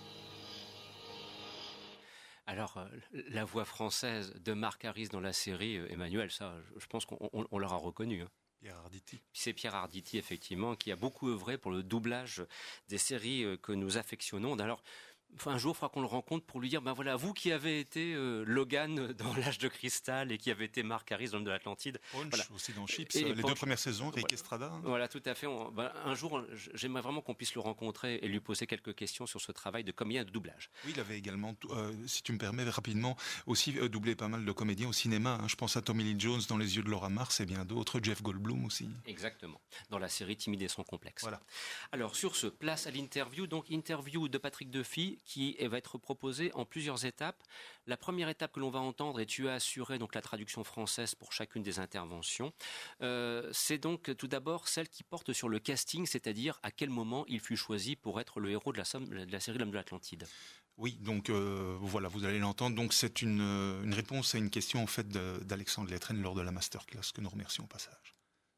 Alors, euh, la voix française de Mark Harris dans la série, euh, Emmanuel, ça, je, je pense qu'on on, on l'aura reconnu. Hein. Pierre Arditi. C'est Pierre Arditi, effectivement, qui a beaucoup œuvré pour le doublage des séries euh, que nous affectionnons. Alors, enfin, un jour, il faudra qu'on le rencontre pour lui dire, ben voilà, vous qui avez été euh, Logan dans L'Âge de Cristal et qui avez été Mark Harris dans L'Homme de l'Atlantide. Punch voilà. aussi dans Chips, Et les Punch, deux premières saisons, Rick voilà. Estrada. Hein. Voilà, tout à fait. On, ben, un jour, j'aimerais vraiment qu'on puisse le rencontrer et lui poser quelques questions sur ce travail de comédien de doublage. Oui, il avait également, euh, si tu me permets rapidement, aussi euh, doublé pas mal de comédiens au cinéma. Hein. Je pense à Tommy Lee Jones dans Les Yeux de Laura Mars et bien d'autres, Jeff Goldblum aussi. Exactement, dans la série Timide et son complexe. Voilà. Alors, sur ce, place à l'interview. Donc, interview de Patrick Defy qui va être proposée en plusieurs étapes. La première étape que l'on va entendre, et tu as assuré donc la traduction française pour chacune des interventions, euh, c'est donc tout d'abord celle qui porte sur le casting, c'est-à-dire à quel moment il fut choisi pour être le héros de la, somme, de la série L'Homme de l'Atlantide. Oui, donc euh, voilà, vous allez l'entendre. Donc c'est une, une réponse à une question en fait de, d'Alexandre Letren lors de la masterclass que nous remercions au passage.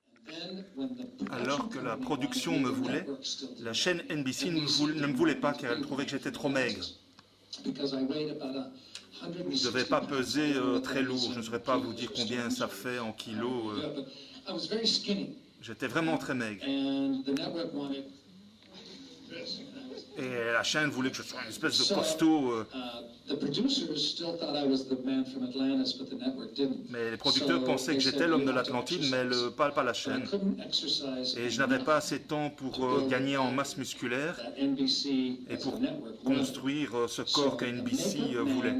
Alors que la production me voulait, la chaîne N B C ne, voulait, ne me voulait pas car elle trouvait que j'étais trop maigre. Je ne devais pas peser euh, très lourd, je ne saurais pas vous dire combien ça fait en kilos. Euh. J'étais vraiment très maigre. Et la chaîne voulait que je sois une espèce de costaud. Euh. Mais les producteurs pensaient que j'étais l'homme de l'Atlantide, mais le, pas, pas la chaîne. Et je n'avais pas assez de temps pour euh, gagner en masse musculaire et pour construire euh, ce corps qu'N B C euh, voulait.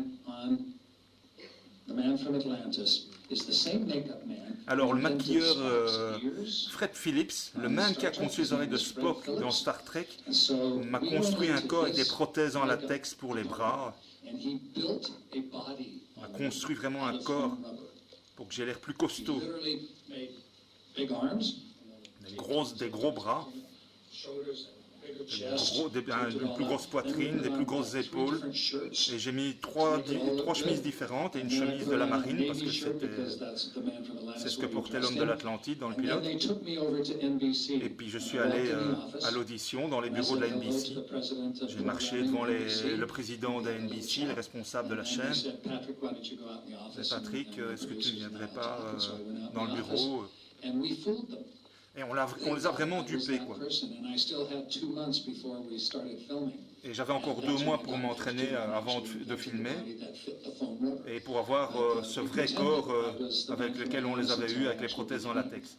Alors le maquilleur euh, Fred Phillips, le même qui a conçu les oreilles de Spock dans Star Trek, m'a construit un corps avec des prothèses en latex pour les bras. Il m'a construit vraiment un corps pour que j'ai l'air plus costaud. Des, grosses, des gros bras, des gros, des, un, une plus grosse poitrine, des plus grosses épaules. Et j'ai mis trois, trois chemises différentes et une chemise de la marine parce que c'est ce que portait l'homme de l'Atlantide dans le pilote. Et puis je suis allé euh, à l'audition dans les bureaux de la N B C. J'ai marché devant les, le président de la N B C, les responsables de la chaîne. Et Patrick, est-ce que tu ne viendrais pas euh, dans le bureau? Et on, on les a vraiment dupés, quoi. Et j'avais encore deux mois pour m'entraîner avant de, de filmer et pour avoir euh, ce vrai corps euh, avec lequel on les avait eus, avec les prothèses en latex.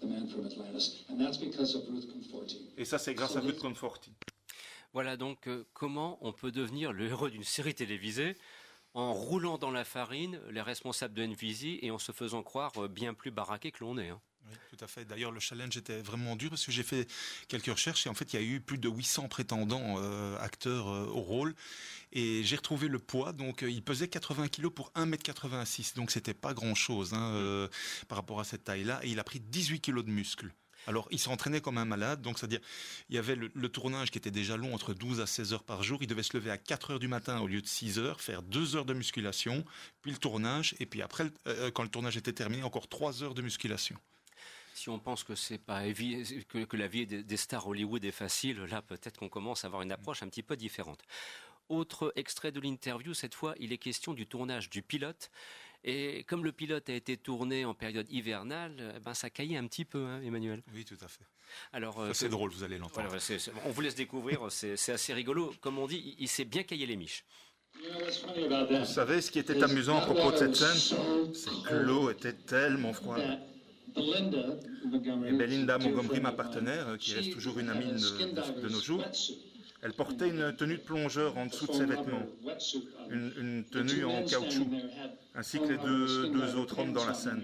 Et ça, c'est grâce à Ruth Conforti. Voilà donc euh, comment on peut devenir le héros d'une série télévisée en roulant dans la farine les responsables de N B C et en se faisant croire euh, bien plus baraqué que l'on est. Hein. Oui, tout à fait. D'ailleurs, le challenge était vraiment dur parce que j'ai fait quelques recherches et en fait, il y a eu plus de huit cents prétendants euh, acteurs euh, au rôle. Et j'ai retrouvé le poids, donc euh, il pesait quatre-vingts kilos pour un mètre quatre-vingt-six, donc c'était pas grand-chose hein, euh, par rapport à cette taille-là. Et il a pris dix-huit kilos de muscles. Alors, il s'entraînait comme un malade, donc c'est-à-dire, il y avait le, le tournage qui était déjà long, entre douze à seize heures par jour. Il devait se lever à quatre heures du matin au lieu de six heures, faire deux heures de musculation, puis le tournage, et puis après, euh, quand le tournage était terminé, encore trois heures de musculation. Si on pense que c'est pas évi- que, que la vie des, des stars Hollywood est facile, là peut-être qu'on commence à avoir une approche un petit peu différente. Autre extrait de l'interview, cette fois il est question du tournage du pilote. Et comme le pilote a été tourné en période hivernale, eh ben ça caillait un petit peu, hein, Emmanuel. Oui, tout à fait. Alors, ça, c'est que, drôle, vous allez l'entendre. Voilà, c'est, c'est, on vous laisse découvrir, c'est, c'est assez rigolo. Comme on dit, il, il s'est bien caillé les miches. Vous savez, ce qui était amusant à propos de cette scène, c'est que l'eau était tellement froide. Et Belinda Montgomery, ma partenaire, qui reste toujours une amie de, de, de nos jours, elle portait une tenue de plongeur en dessous de ses vêtements, une, une tenue en caoutchouc, ainsi que les deux, deux autres hommes dans la scène.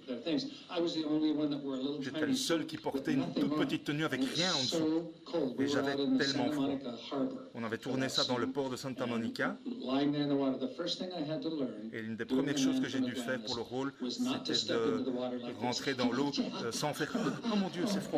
J'étais le seul qui portait une toute petite tenue avec rien en dessous. Et j'avais tellement froid. On avait tourné ça dans le port de Santa Monica. Et l'une des premières choses que j'ai dû faire pour le rôle, c'était de rentrer dans l'eau euh, sans faire « Oh mon Dieu, c'est froid !»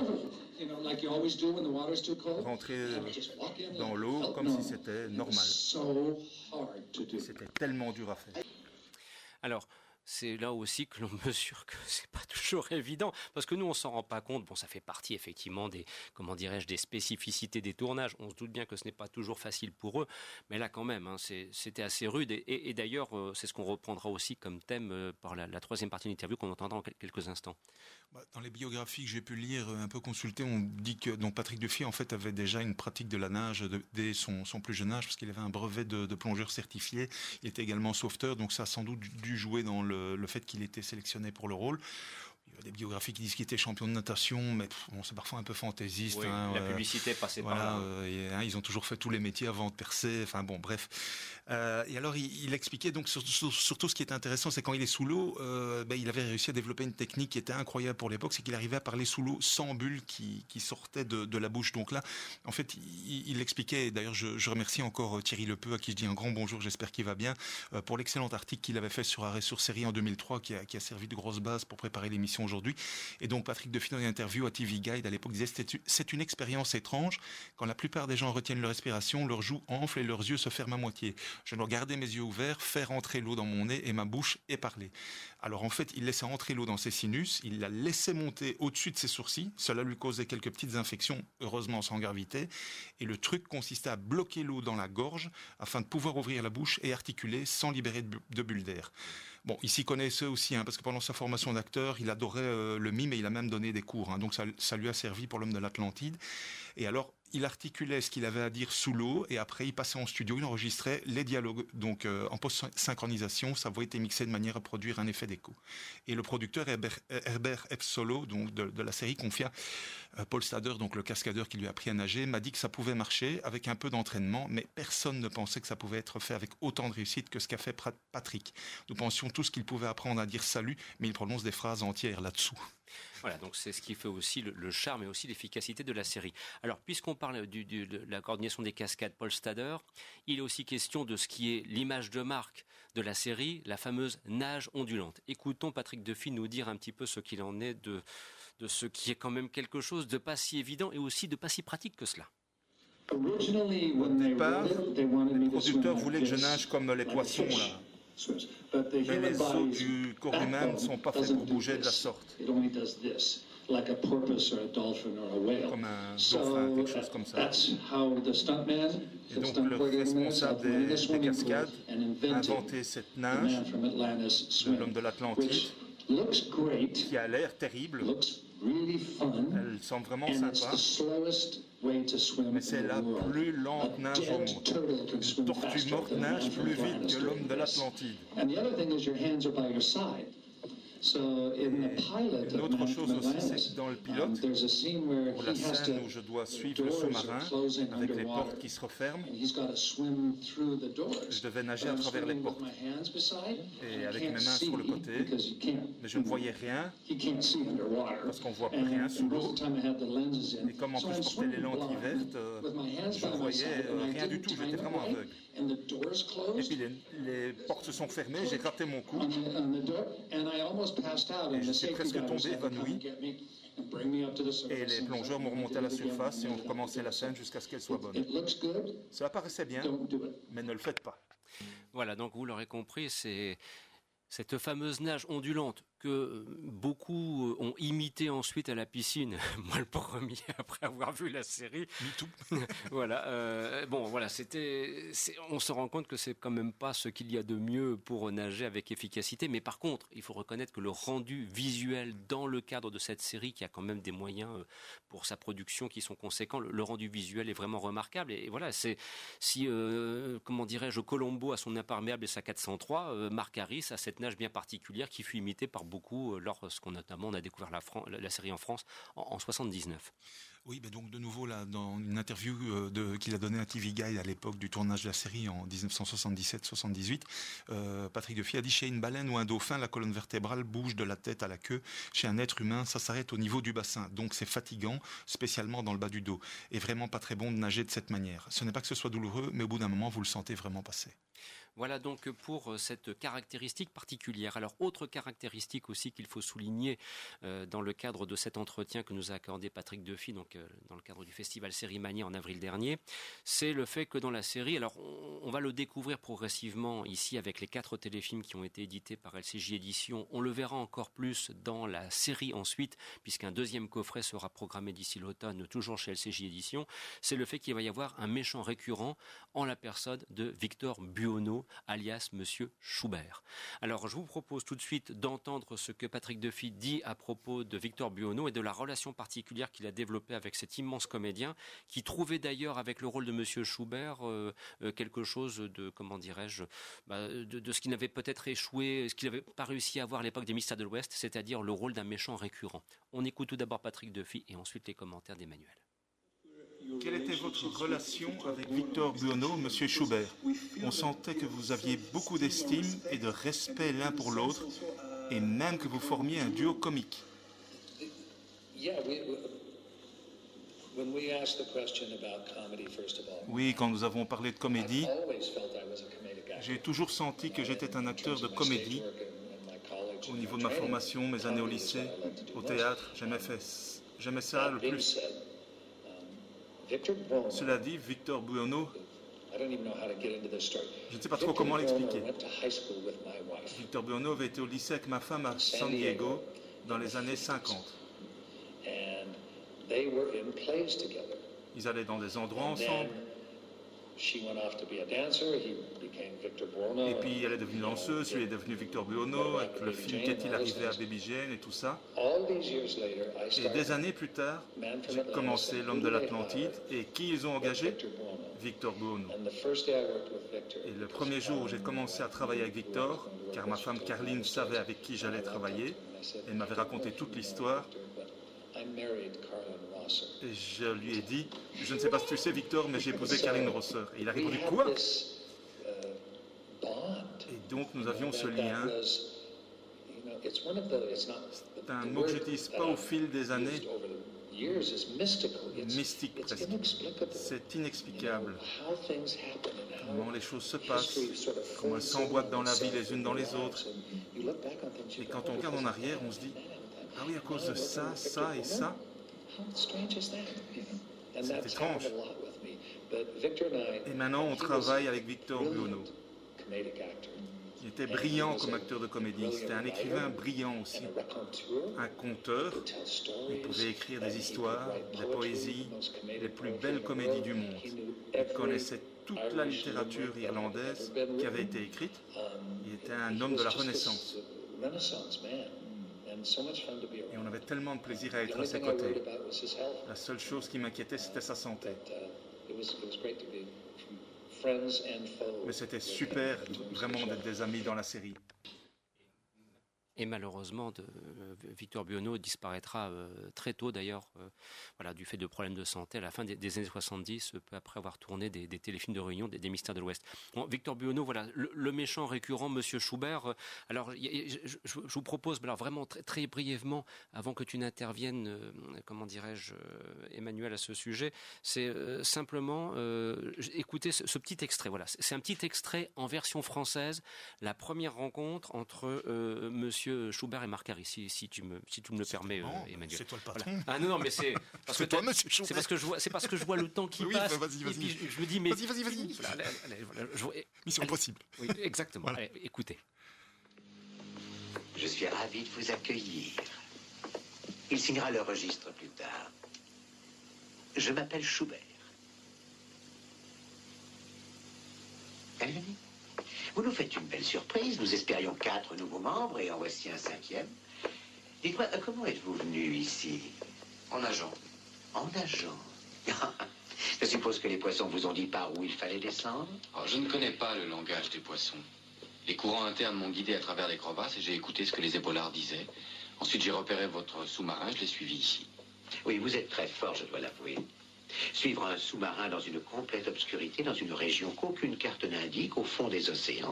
Rentrer dans l'eau comme si c'était normal. C'était tellement dur à faire. Alors, c'est là aussi que l'on mesure que c'est pas toujours évident, parce que nous on s'en rend pas compte. Bon, ça fait partie effectivement des, comment dirais-je, des spécificités des tournages. On se doute bien que ce n'est pas toujours facile pour eux, mais là quand même, hein, c'est, c'était assez rude. Et, et, et d'ailleurs, euh, c'est ce qu'on reprendra aussi comme thème euh, par la, la troisième partie de l'interview qu'on entendra en quelques instants. Dans les biographies que j'ai pu lire, un peu consulter, on dit que donc Patrick Duffy en fait avait déjà une pratique de la nage de, dès son, son plus jeune âge, parce qu'il avait un brevet de, de plongeur certifié. Il était également sauveteur, donc ça a sans doute dû jouer dans le, le fait qu'il était sélectionné pour le rôle. Il y a des biographies qui disent qu'il était champion de natation, mais pff, bon, c'est parfois un peu fantaisiste. Oui, hein, la euh, publicité passait voilà, par là. Euh, et, hein, ils ont toujours fait tous les métiers avant de percer. Enfin bon, bref. Euh, et alors, il, il expliquait donc sur, sur, surtout ce qui est intéressant, c'est quand il est sous l'eau, euh, ben, il avait réussi à développer une technique qui était incroyable pour l'époque, c'est qu'il arrivait à parler sous l'eau sans bulles qui, qui sortaient de, de la bouche. Donc là, en fait, il, il expliquait. Et d'ailleurs, je, je remercie encore Thierry Lepeu, à qui je dis un grand bonjour. J'espère qu'il va bien, euh, pour l'excellent article qu'il avait fait sur Arrêt sur Série en deux mille trois, qui a, qui a servi de grosse base pour préparer l'émission aujourd'hui. Et donc Patrick Duffy, dans une interview à T V Guide à l'époque, disait c'est, c'est une expérience étrange. Quand la plupart des gens retiennent leur respiration, leurs joues enflent et leurs yeux se ferment à moitié. Je dois garder mes yeux ouverts, faire entrer l'eau dans mon nez et ma bouche et parler. Alors en fait, il laissait entrer l'eau dans ses sinus, il la laissait monter au-dessus de ses sourcils. Cela lui causait quelques petites infections, heureusement sans gravité. Et le truc consistait à bloquer l'eau dans la gorge afin de pouvoir ouvrir la bouche et articuler sans libérer de, bu- de bulles d'air. Bon, il s'y connaissait aussi, hein, parce que pendant sa formation d'acteur, il adorait euh, le mime et il a même donné des cours. Hein, donc ça, ça lui a servi pour l'homme de l'Atlantide. Et alors, il articulait ce qu'il avait à dire sous l'eau et après il passait en studio, il enregistrait les dialogues. Donc euh, en post-synchronisation, sa voix était mixée de manière à produire un effet d'écho. Et le producteur Herbert, Herbert F. Solo, donc de, de la série, confia euh, Paul Stader, donc le cascadeur qui lui a appris à nager, m'a dit que ça pouvait marcher avec un peu d'entraînement, mais personne ne pensait que ça pouvait être fait avec autant de réussite que ce qu'a fait Patrick. Nous pensions tous qu'il pouvait apprendre à dire salut, mais il prononce des phrases entières là-dessous. Voilà, donc c'est ce qui fait aussi le, le charme et aussi l'efficacité de la série. Alors, puisqu'on parle du, du, de la coordination des cascades Paul Stader, il est aussi question de ce qui est l'image de marque de la série, la fameuse nage ondulante. Écoutons Patrick Duffy nous dire un petit peu ce qu'il en est de, de ce qui est quand même quelque chose de pas si évident et aussi de pas si pratique que cela. Au départ, les producteurs voulaient que je nage comme les poissons, là. Mais les os du corps humain ne sont pas faits pour bouger de la sorte. Comme un dauphin, quelque chose comme ça. Et donc le responsable des, des cascades a inventé cette nage de l'homme de l'Atlantide qui a l'air terrible. Elle semble vraiment sympa. Mais c'est la plus lente nage au monde. Une tortue morte nage plus vite que l'homme de l'Atlantide. Et une autre chose aussi, c'est que dans le pilote, pour la scène où je dois suivre le sous-marin avec les portes qui se referment, je devais nager à travers les portes et avec mes mains sur le côté, mais je ne voyais rien parce qu'on ne voit rien sous l'eau. Et comme en plus je portais les lentilles vertes, je ne voyais rien du tout, j'étais vraiment aveugle. Et puis les, les portes se sont fermées, j'ai gratté mon cou et je suis presque tombé évanoui. Et les plongeurs m'ont remonté à la surface et ont recommencé la scène jusqu'à ce qu'elle soit bonne. Ça paraissait bien, mais ne le faites pas. Voilà, donc vous l'aurez compris, c'est cette fameuse nage ondulante que beaucoup ont imité ensuite à la piscine, moi le premier après avoir vu la série. Me too. Voilà. Euh, bon, voilà, c'était. C'est, on se rend compte que c'est quand même pas ce qu'il y a de mieux pour nager avec efficacité. Mais par contre, il faut reconnaître que le rendu visuel dans le cadre de cette série, qui a quand même des moyens pour sa production qui sont conséquents, le, le rendu visuel est vraiment remarquable. Et, et voilà, c'est si euh, comment dirais-je, Colombo a son imperméable et sa quatre cent trois, euh, Marc Harris a cette nage bien particulière qui fut imitée par beaucoup lorsqu'on notamment on a découvert la, Fran- la série en France en, en soixante-dix-neuf. Oui, ben donc de nouveau là, dans une interview de, qu'il a donnée à T V Guide à l'époque du tournage de la série en dix-neuf cent soixante-dix-sept soixante-dix-huit, euh, Patrick Duffy a dit: chez une baleine ou un dauphin, la colonne vertébrale bouge de la tête à la queue. Chez un être humain, ça s'arrête au niveau du bassin. Donc c'est fatigant, spécialement dans le bas du dos. Et vraiment pas très bon de nager de cette manière. Ce n'est pas que ce soit douloureux, mais au bout d'un moment, vous le sentez vraiment passer. Voilà donc pour cette caractéristique particulière. Alors, autre caractéristique aussi qu'il faut souligner euh, dans le cadre de cet entretien que nous a accordé Patrick Duffy, donc euh, dans le cadre du festival Sérimania en avril dernier, c'est le fait que dans la série, alors on, on va le découvrir progressivement ici avec les quatre téléfilms qui ont été édités par L C J Éditions. On le verra encore plus dans la série ensuite, puisqu'un deuxième coffret sera programmé d'ici l'automne, toujours chez L C J Éditions. C'est le fait qu'il va y avoir un méchant récurrent en la personne de Victor Buono, alias Monsieur Schubert. Alors, je vous propose tout de suite d'entendre ce que Patrick Duffy dit à propos de Victor Buono et de la relation particulière qu'il a développée avec cet immense comédien, qui trouvait d'ailleurs avec le rôle de Monsieur Schubert euh, euh, quelque chose de, comment dirais-je, bah, de, de ce qui n'avait peut-être échoué, ce qu'il n'avait pas réussi à avoir à l'époque des Mystères de l'Ouest, c'est-à-dire le rôle d'un méchant récurrent. On écoute tout d'abord Patrick Duffy et ensuite les commentaires d'Emmanuel. Quelle était votre relation avec Victor Buono, Monsieur Schubert? On sentait que vous aviez beaucoup d'estime et de respect l'un pour l'autre, et même que vous formiez un duo comique. Oui, quand nous avons parlé de comédie, j'ai toujours senti que j'étais un acteur de comédie. Au niveau de ma formation, mes années au lycée, au théâtre, j'aimais, fait, j'aimais ça le plus. Cela dit, Victor Buono, je ne sais pas trop comment l'expliquer. Victor Buono avait été au lycée avec ma femme à San Diego dans les années cinquante. Ils allaient dans des endroits ensemble. Et puis elle est devenue danseuse, lui est devenu Victor Buono, avec le film Qu'est-il arrivé à Baby Jane et tout ça. Et des années plus tard, j'ai commencé L'homme de l'Atlantide, et qui ils ont engagé? Victor Buono. Et le premier jour où j'ai commencé à travailler avec Victor, car ma femme Caroline savait avec qui j'allais travailler, elle m'avait raconté toute l'histoire, et je lui ai dit, je ne sais pas si tu sais Victor, mais j'ai épousé Caroline Rosser. Et il a répondu, quoi? Et donc nous avions ce lien. C'est un mot que j'utilise pas au fil des années, mystique presque. C'est inexplicable. Comment les choses se passent, comment elles s'emboîtent dans la vie les unes dans les autres. Et quand on regarde en arrière, on se dit, ah oui, à cause de ça, ça et ça. C'est étrange. Et maintenant, on travaille avec Victor Buono. Il était brillant comme acteur de comédie. C'était un écrivain brillant aussi. Un conteur. Il pouvait écrire des histoires, des poésies, les plus belles comédies du monde. Il connaissait toute la littérature irlandaise qui avait été écrite. Il était un homme de la Renaissance. Et on avait tellement de plaisir à être à ses côtés. La seule chose qui m'inquiétait, c'était sa santé. Mais c'était super, vraiment, d'être des amis dans la série. Et malheureusement, de, euh, Victor Buono disparaîtra euh, très tôt d'ailleurs, euh, voilà, du fait de problèmes de santé à la fin des, des années soixante-dix, peu après avoir tourné des, des téléfilms de réunion, des, des Mystères de l'Ouest. Bon, Victor Buono, voilà, le, le méchant récurrent, Monsieur Schubert. Euh, alors, y, y, je, je, je vous propose, alors vraiment très, très brièvement, avant que tu n'interviennes, euh, comment dirais-je, euh, Emmanuel, à ce sujet, c'est euh, simplement euh, écouter ce, ce petit extrait. Voilà, c'est un petit extrait en version française, la première rencontre entre euh, Monsieur Schubert et Marc Harry, si, si tu me, si tu me le permets, euh, Emmanuel. C'est toi le patron. Voilà. Ah non, non, mais c'est parce que toi, Monsieur Schubert. C'est parce que je vois, c'est parce que je vois le temps qui oui, passe. Vas-y, vas-y. Et puis je, je me dis, mais vas-y, vas-y, vas-y. Voilà, allez, allez, voilà, je, Mission allez, impossible. Oui, exactement. Voilà. Allez, écoutez. Je suis ravi de vous accueillir. Il signera le registre plus tard. Je m'appelle Schubert. Allez, venez. Vous nous faites une belle surprise. Nous espérions quatre nouveaux membres et en voici un cinquième. Dites-moi, comment êtes-vous venu ici? En agent. En agent. Je suppose que les poissons vous ont dit par où il fallait descendre? Oh, je ne connais pas le langage des poissons. Les courants internes m'ont guidé à travers les crevasses et j'ai écouté ce que les épaulards disaient. Ensuite, j'ai repéré votre sous-marin, je l'ai suivi ici. Oui, vous êtes très fort, je dois l'avouer. Suivre un sous-marin dans une complète obscurité, dans une région qu'aucune carte n'indique, au fond des océans.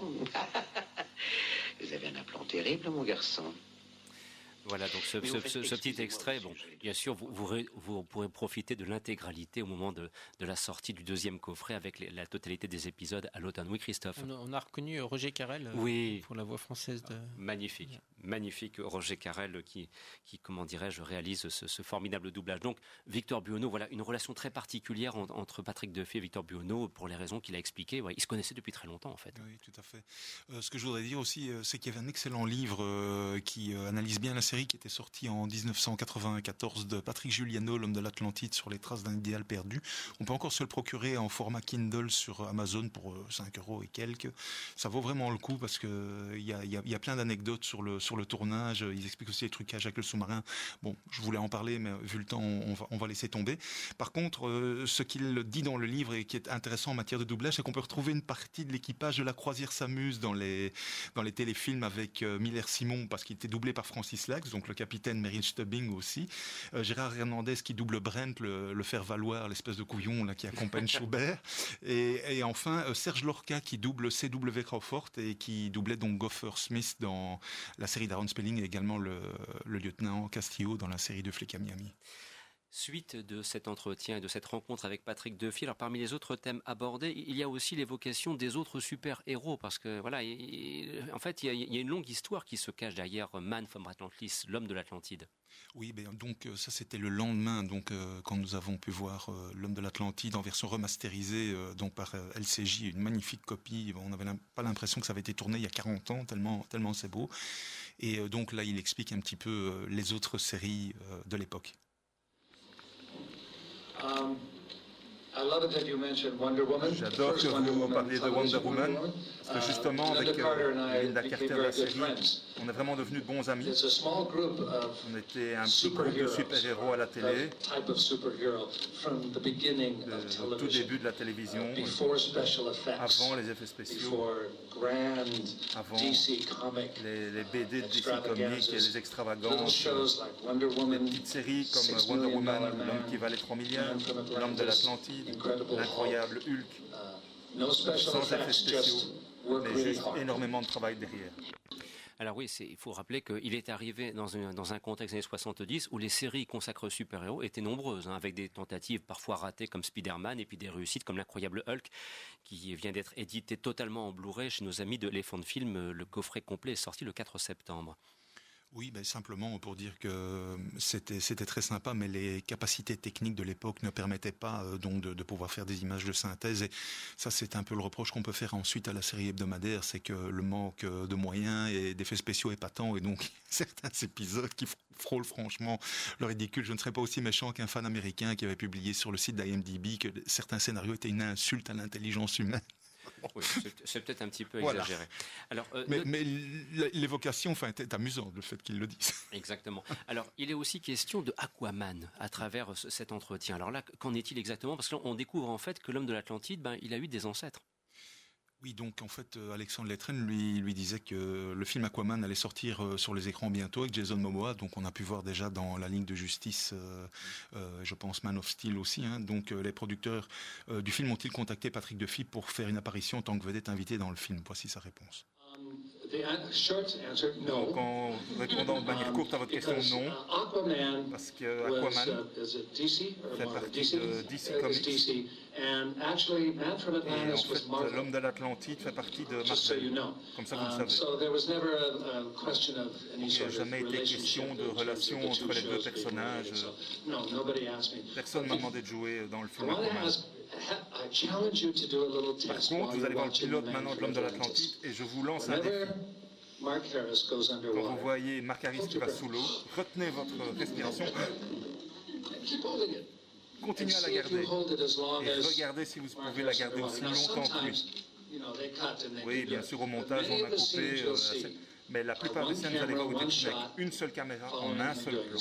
Vous avez un aplomb terrible, mon garçon. Voilà, donc ce, ce, ce, ce petit extrait, bon, bien sûr, vous, vous, vous pourrez profiter de l'intégralité au moment de, de la sortie du deuxième coffret avec les, la totalité des épisodes à l'automne. Oui, Christophe. On a, on a reconnu Roger Carrel oui. pour la voix française de... Magnifique, ouais. magnifique Roger Carrel qui, qui comment dirais-je, réalise ce, ce formidable doublage. Donc, Victor Buono, voilà, une relation très particulière en, entre Patrick Duffy et Victor Buono pour les raisons qu'il a expliquées. Ouais, ils se connaissaient depuis très longtemps, en fait. Oui, tout à fait. Euh, ce que je voudrais dire aussi, euh, c'est qu'il y avait un excellent livre euh, qui euh, analyse bien la série, qui était sorti en dix-neuf cent quatre-vingt-quatorze de Patrick Juliano, L'homme de l'Atlantide, sur les traces d'un idéal perdu. On peut encore se le procurer en format Kindle sur Amazon pour cinq euros et quelques. Ça vaut vraiment le coup parce que il y a, y a, y a plein d'anecdotes sur le, sur le tournage. Ils expliquent aussi les trucages avec le sous-marin. Bon, je voulais en parler, mais vu le temps, on va, on va laisser tomber. Par contre, euh, ce qu'il dit dans le livre et qui est intéressant en matière de doublage, c'est qu'on peut retrouver une partie de l'équipage de La Croisière s'amuse dans les, dans les téléfilms avec euh, Miller Simon, parce qu'il était doublé par Francis Lax, donc le capitaine Merrill Stubbing aussi. Euh, Gérard Hernandez qui double Brent, le, le faire-valoir, l'espèce de couillon là, qui accompagne Schubert. Et, et enfin, euh, Serge Lorca qui double C W Crawford et qui doublait donc Gopher Smith dans la série d'Aaron Spelling et également le, le lieutenant Castillo dans la série de Flics à Miami. Suite de cet entretien et de cette rencontre avec Patrick Duffy, alors parmi les autres thèmes abordés, il y a aussi l'évocation des autres super-héros, parce que voilà, il, en fait, il y, a, il y a une longue histoire qui se cache derrière Man from Atlantis, l'homme de l'Atlantide. Oui, ben donc ça c'était le lendemain, donc euh, quand nous avons pu voir euh, l'homme de l'Atlantide en version remasterisée, euh, donc par euh, L C J, une magnifique copie. Bon, on n'avait pas l'impression que ça avait été tourné il y a quarante ans, tellement, tellement c'est beau. Et euh, donc là, il explique un petit peu euh, les autres séries euh, de l'époque. Um, J'adore que vous parliez de Wonder Woman, parce que justement, avec euh, Linda Carter de la série, on est vraiment devenus de bons amis. On était un petit groupe de super-héros à la télé, de, au tout début de la télévision, avant les effets spéciaux, avant les, les B D de D C Comics et les extravagances, des petites séries comme Wonder Woman, L'homme qui valait trois milliards, L'homme de l'Atlantide, L'incroyable Hulk, sans effets spéciaux, mais juste énormément de travail derrière. Alors oui, c'est, il faut rappeler qu'il est arrivé dans, une, dans un contexte des années soixante-dix où les séries consacrées aux super-héros étaient nombreuses, hein, avec des tentatives parfois ratées comme Spider-Man et puis des réussites comme L'incroyable Hulk, qui vient d'être édité totalement en Blu-ray chez nos amis de Elephant Film. Le coffret complet est sorti le quatre septembre. Oui, ben simplement pour dire que c'était c'était très sympa, mais les capacités techniques de l'époque ne permettaient pas euh, donc de, de pouvoir faire des images de synthèse. Et ça, c'est un peu le reproche qu'on peut faire ensuite à la série hebdomadaire, c'est que le manque de moyens et d'effets spéciaux est patent, et donc certains épisodes qui frôlent franchement le ridicule. Je ne serais pas aussi méchant qu'un fan américain qui avait publié sur le site d'I M D B que certains scénarios étaient une insulte à l'intelligence humaine. Oui, c'est, c'est peut-être un petit peu voilà. exagéré. Alors, euh, mais, ne... mais l'évocation, enfin, est amusante, le fait qu'ils le disent. Exactement. Alors, il est aussi question de Aquaman à travers ce, cet entretien. Alors là, qu'en est-il exactement? Parce qu'on découvre en fait que l'homme de l'Atlantide, ben, il a eu des ancêtres. Oui, donc en fait, Alexandre Letren lui, lui disait que le film Aquaman allait sortir sur les écrans bientôt avec Jason Momoa, donc on a pu voir déjà dans La Ligue de Justice, euh, euh, je pense Man of Steel aussi, hein. Donc euh, les producteurs euh, du film ont-ils contacté Patrick Duffy pour faire une apparition en tant que vedette invitée dans le film? Voici sa réponse. Donc, en répondant de manière courte à votre question, non, parce que Aquaman fait partie de D C Comics, et en fait, l'homme de l'Atlantide fait partie de Marvel, comme ça vous le savez. Il n'y a jamais été question de relation entre les deux personnages. Personne ne m'a demandé de jouer dans le film Aquaman. Par contre, vous allez voir le pilote maintenant de l'homme de l'Atlantide, et je vous lance un défi. Quand vous voyez Mark Harris qui va sous l'eau, retenez votre respiration, continuez à la garder, et regardez si vous pouvez la garder aussi longtemps que lui. Oui, bien sûr, au montage, on a coupé, euh, mais la plupart des scènes, vous allez voir, vous êtes avec une seule caméra, en un seul plan.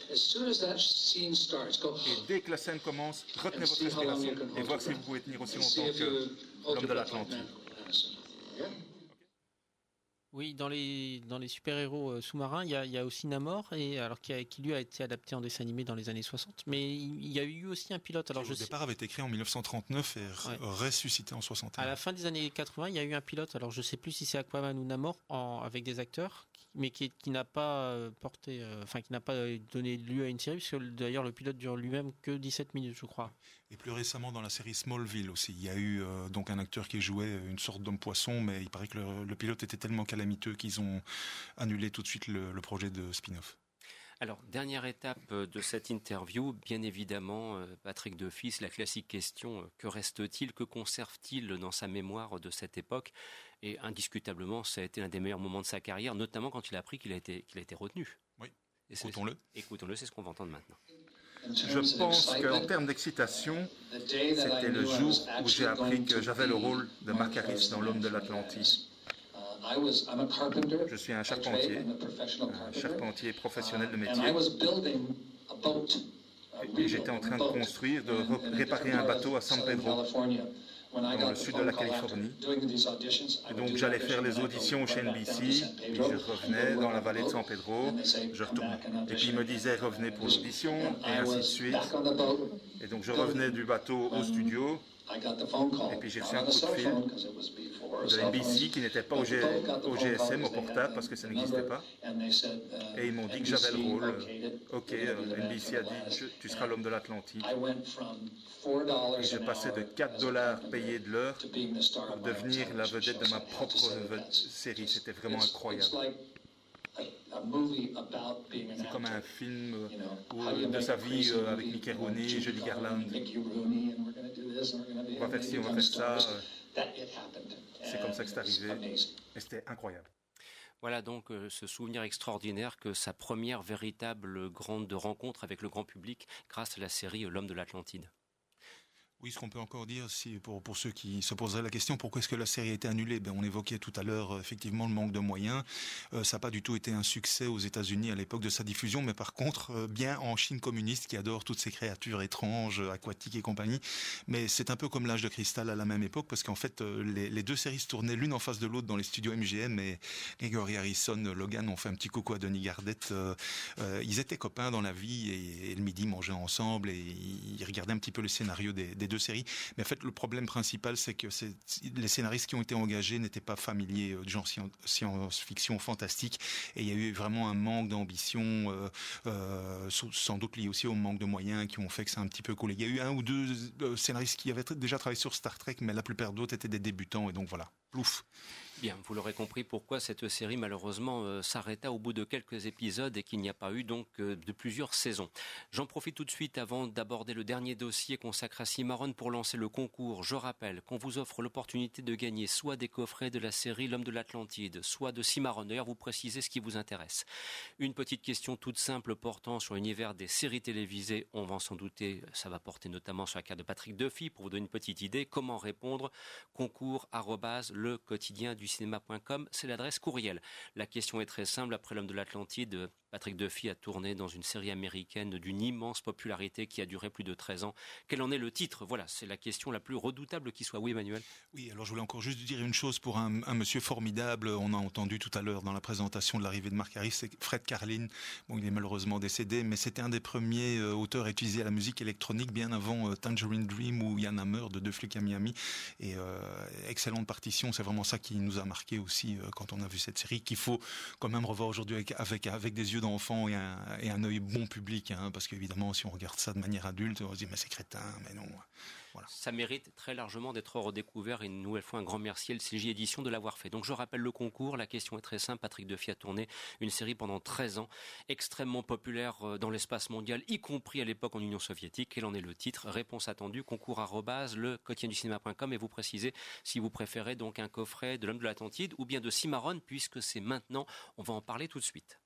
Et dès que la scène commence, retenez votre respiration, et voir si vous pouvez tenir aussi longtemps que l'homme de l'Atlantide. Oui, dans les, dans les super-héros euh, sous-marins, il y a, y a aussi Namor, et, alors, qui, a, qui lui a été adapté en dessin animé dans les années soixante. Mais il y a eu aussi un pilote. Alors, qui, je au départ, avait été créé en mille neuf cent trente-neuf et ouais. ressuscité en soixante et un. À la fin des années quatre-vingts, il y a eu un pilote. Alors, je ne sais plus si c'est Aquaman ou Namor, en, avec des acteurs, mais qui, qui n'a pas porté, euh, enfin, qui n'a pas donné lieu à une série, puisque d'ailleurs, le pilote dure lui-même que dix-sept minutes, je crois. Et plus récemment, dans la série Smallville aussi, il y a eu euh, donc un acteur qui jouait une sorte d'homme-poisson, mais il paraît que le, le pilote était tellement calamiteux qu'ils ont annulé tout de suite le, le projet de spin-off. Alors, dernière étape de cette interview, bien évidemment, Patrick Duffy, la classique question, que reste-t-il, que conserve-t-il dans sa mémoire de cette époque? Et indiscutablement, ça a été l'un des meilleurs moments de sa carrière, notamment quand il a appris qu'il a été, qu'il a été retenu. Oui, écoutons-le. Écoutons-le, c'est ce qu'on va entendre maintenant. Je pense qu'en termes d'excitation, c'était le jour où j'ai appris que j'avais le rôle de Mark Harris dans L'homme de l'Atlantide. Je suis un charpentier, un charpentier professionnel de métier. Et j'étais en train de construire, de réparer un bateau à San Pedro, dans le sud de la Californie. Et donc j'allais faire les auditions chez N B C, puis je revenais dans la vallée de San Pedro, je retournais. Et puis il me disait revenez pour l'audition, et ainsi de suite. Et donc je revenais du bateau au studio, et puis j'ai reçu un coup de fil de N B C qui n'était pas au, G, au G S M, au portable, parce que ça n'existait pas. Et ils m'ont dit que j'avais le rôle. Ok, euh, N B C a dit je, tu seras l'homme de l'Atlantide. Et je passais de quatre dollars payés de l'heure pour devenir la vedette de ma propre série. C'était vraiment incroyable. C'est comme un film où, de sa vie euh, avec Mickey Rooney, Judy Garland. On va faire ci, on va faire ça. C'est comme ça que c'est arrivé. Et c'était incroyable. Voilà donc euh, ce souvenir extraordinaire que sa première véritable grande rencontre avec le grand public grâce à la série L'homme de l'Atlantide. Oui, ce qu'on peut encore dire, si pour, pour ceux qui se poseraient la question, pourquoi est-ce que la série a été annulée? Ben, on évoquait tout à l'heure effectivement le manque de moyens. Euh, ça n'a pas du tout été un succès aux États-Unis à l'époque de sa diffusion, mais par contre, euh, bien en Chine communiste qui adore toutes ces créatures étranges, aquatiques et compagnie. Mais c'est un peu comme l'âge de cristal à la même époque, parce qu'en fait, euh, les, les deux séries se tournaient l'une en face de l'autre dans les studios M G M, et Gregory Harrison, Logan ont fait un petit coucou à Denis Gardette. Euh, euh, ils étaient copains dans la vie, et, et le midi, ils mangeaient ensemble, et ils regardaient un petit peu le scénario des, des deux séries. Mais en fait, le problème principal, c'est que c'est, les scénaristes qui ont été engagés n'étaient pas familiers du genre science-fiction fantastique, et il y a eu vraiment un manque d'ambition, euh, euh, sans doute lié aussi au manque de moyens qui ont fait que ça a un petit peu coulé. Il y a eu un ou deux scénaristes qui avaient déjà travaillé sur Star Trek, mais la plupart d'autres étaient des débutants, et donc voilà, plouf. Bien, vous l'aurez compris pourquoi cette série malheureusement euh, s'arrêta au bout de quelques épisodes et qu'il n'y a pas eu donc euh, de plusieurs saisons. J'en profite tout de suite avant d'aborder le dernier dossier consacré à Cimarron pour lancer le concours. Je rappelle qu'on vous offre l'opportunité de gagner soit des coffrets de la série L'Homme de l'Atlantide, soit de Cimarron. D'ailleurs, vous précisez ce qui vous intéresse. Une petite question toute simple portant sur l'univers des séries télévisées. On va s'en douter, ça va porter notamment sur la carte de Patrick Duffy. Pour vous donner une petite idée, comment répondre? Concours arobase le quotidien du cinéma point com, c'est l'adresse courriel. La question est très simple. Après L'Homme de l'Atlantide, Patrick Duffy a tourné dans une série américaine d'une immense popularité qui a duré plus de treize ans. Quel en est le titre? Voilà, c'est la question la plus redoutable qui soit. Oui, Emmanuel? Oui, alors je voulais encore juste dire une chose pour un, un monsieur formidable. On a entendu tout à l'heure dans la présentation de l'arrivée de Mark Harris, c'est Fred Karlin. Bon, il est malheureusement décédé, mais c'était un des premiers euh, auteurs à utiliser la musique électronique bien avant euh, Tangerine Dream ou Yann Hammer de Deux flics à Miami. Et euh, excellente partition, c'est vraiment ça qui nous a marqué aussi euh, quand on a vu cette série, qu'il faut quand même revoir aujourd'hui avec, avec, avec des yeux d'enfant et un, et un œil bon public, hein, parce qu'évidemment, si on regarde ça de manière adulte, on se dit mais c'est crétin, mais non. Voilà. Ça mérite très largement d'être redécouvert, et une nouvelle fois un grand merci à L C J Édition de l'avoir fait. Donc je rappelle le concours, la question est très simple. Patrick Duffy a tourné une série pendant treize ans, extrêmement populaire dans l'espace mondial, y compris à l'époque en Union soviétique. Quel en est le titre? Réponse attendue, concours arobase le quotidien du cinéma point com, et vous précisez si vous préférez donc un coffret de L'Homme de l'Atlantide ou bien de Cimarron, puisque c'est maintenant, on va en parler tout de suite.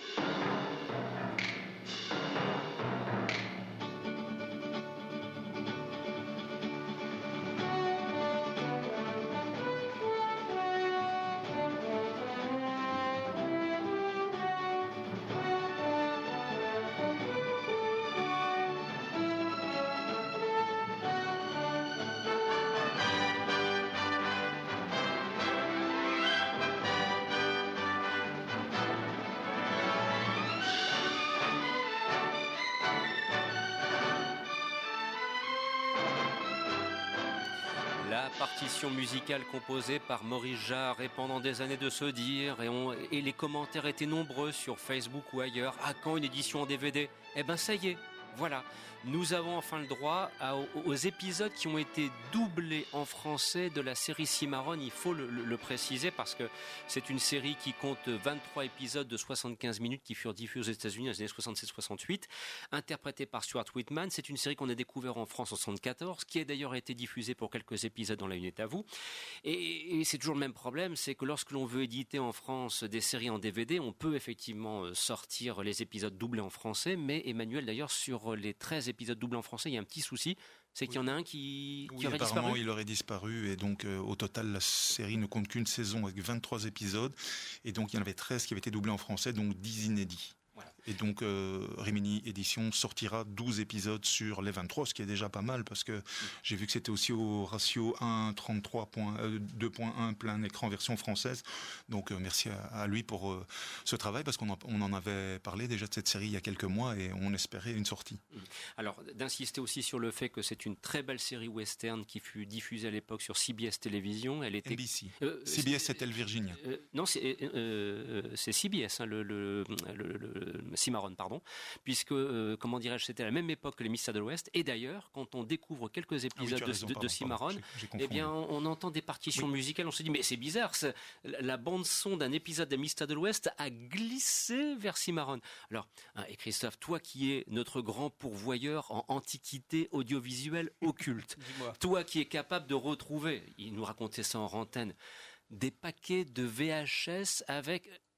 Partition musicale composée par Maurice Jarre, et pendant des années de se dire, et, on, et les commentaires étaient nombreux sur Facebook ou ailleurs, à quand une édition en D V D? Eh ben ça y est, voilà, nous avons enfin le droit à, aux, aux épisodes qui ont été doublés en français de la série Cimarron. Il faut le, le, le préciser parce que c'est une série qui compte vingt-trois épisodes de soixante-quinze minutes qui furent diffusés aux États-Unis dans les années soixante-sept soixante-huit, interprétée par Stuart Whitman. C'est une série qu'on a découvert en France en soixante-quatorze, qui a d'ailleurs été diffusée pour quelques épisodes dans La Une est à vous. Et, et c'est toujours le même problème, c'est que lorsque l'on veut éditer en France des séries en D V D, on peut effectivement sortir les épisodes doublés en français, mais Emmanuel, d'ailleurs, sur les treize épisodes doublés en français, il y a un petit souci, c'est qu'il y en a un qui, qui oui, aurait apparemment, disparu. il aurait disparu, et donc euh, au total, la série ne compte qu'une saison avec vingt-trois épisodes, et donc il y en avait treize qui avaient été doublés en français, donc dix inédits. Voilà. Et donc euh, Rimini Édition sortira douze épisodes sur les vingt-trois, ce qui est déjà pas mal, parce que mmh. j'ai vu que c'était aussi au ratio un trente-trois deux point un plein écran version française. Donc euh, merci à, à lui pour euh, ce travail, parce qu'on en, on en avait parlé déjà de cette série il y a quelques mois, et on espérait une sortie. Mmh. Alors d'insister aussi sur le fait que c'est une très belle série western qui fut diffusée à l'époque sur C B S Télévision. Elle était... N B C. Euh, C B S, c'était le Virginia. Euh, non, c'est, euh, c'est C B S, hein, le, le, le, le Cimarron, pardon, puisque, euh, comment dirais-je, c'était à la même époque que les Mystères de l'Ouest. Et d'ailleurs, quand on découvre quelques épisodes ah oui, raison, de, de, de Cimarron, pardon, j'ai, j'ai eh bien, on, on entend des partitions oui. musicales. On se dit, mais c'est bizarre, c'est, la, la bande-son d'un épisode des Mystères de l'Ouest a glissé vers Cimarron. Alors, hein, et Christophe, toi qui es notre grand pourvoyeur en antiquité audiovisuelle occulte, toi qui es capable de retrouver, il nous racontait ça en antenne, des paquets de V H S avec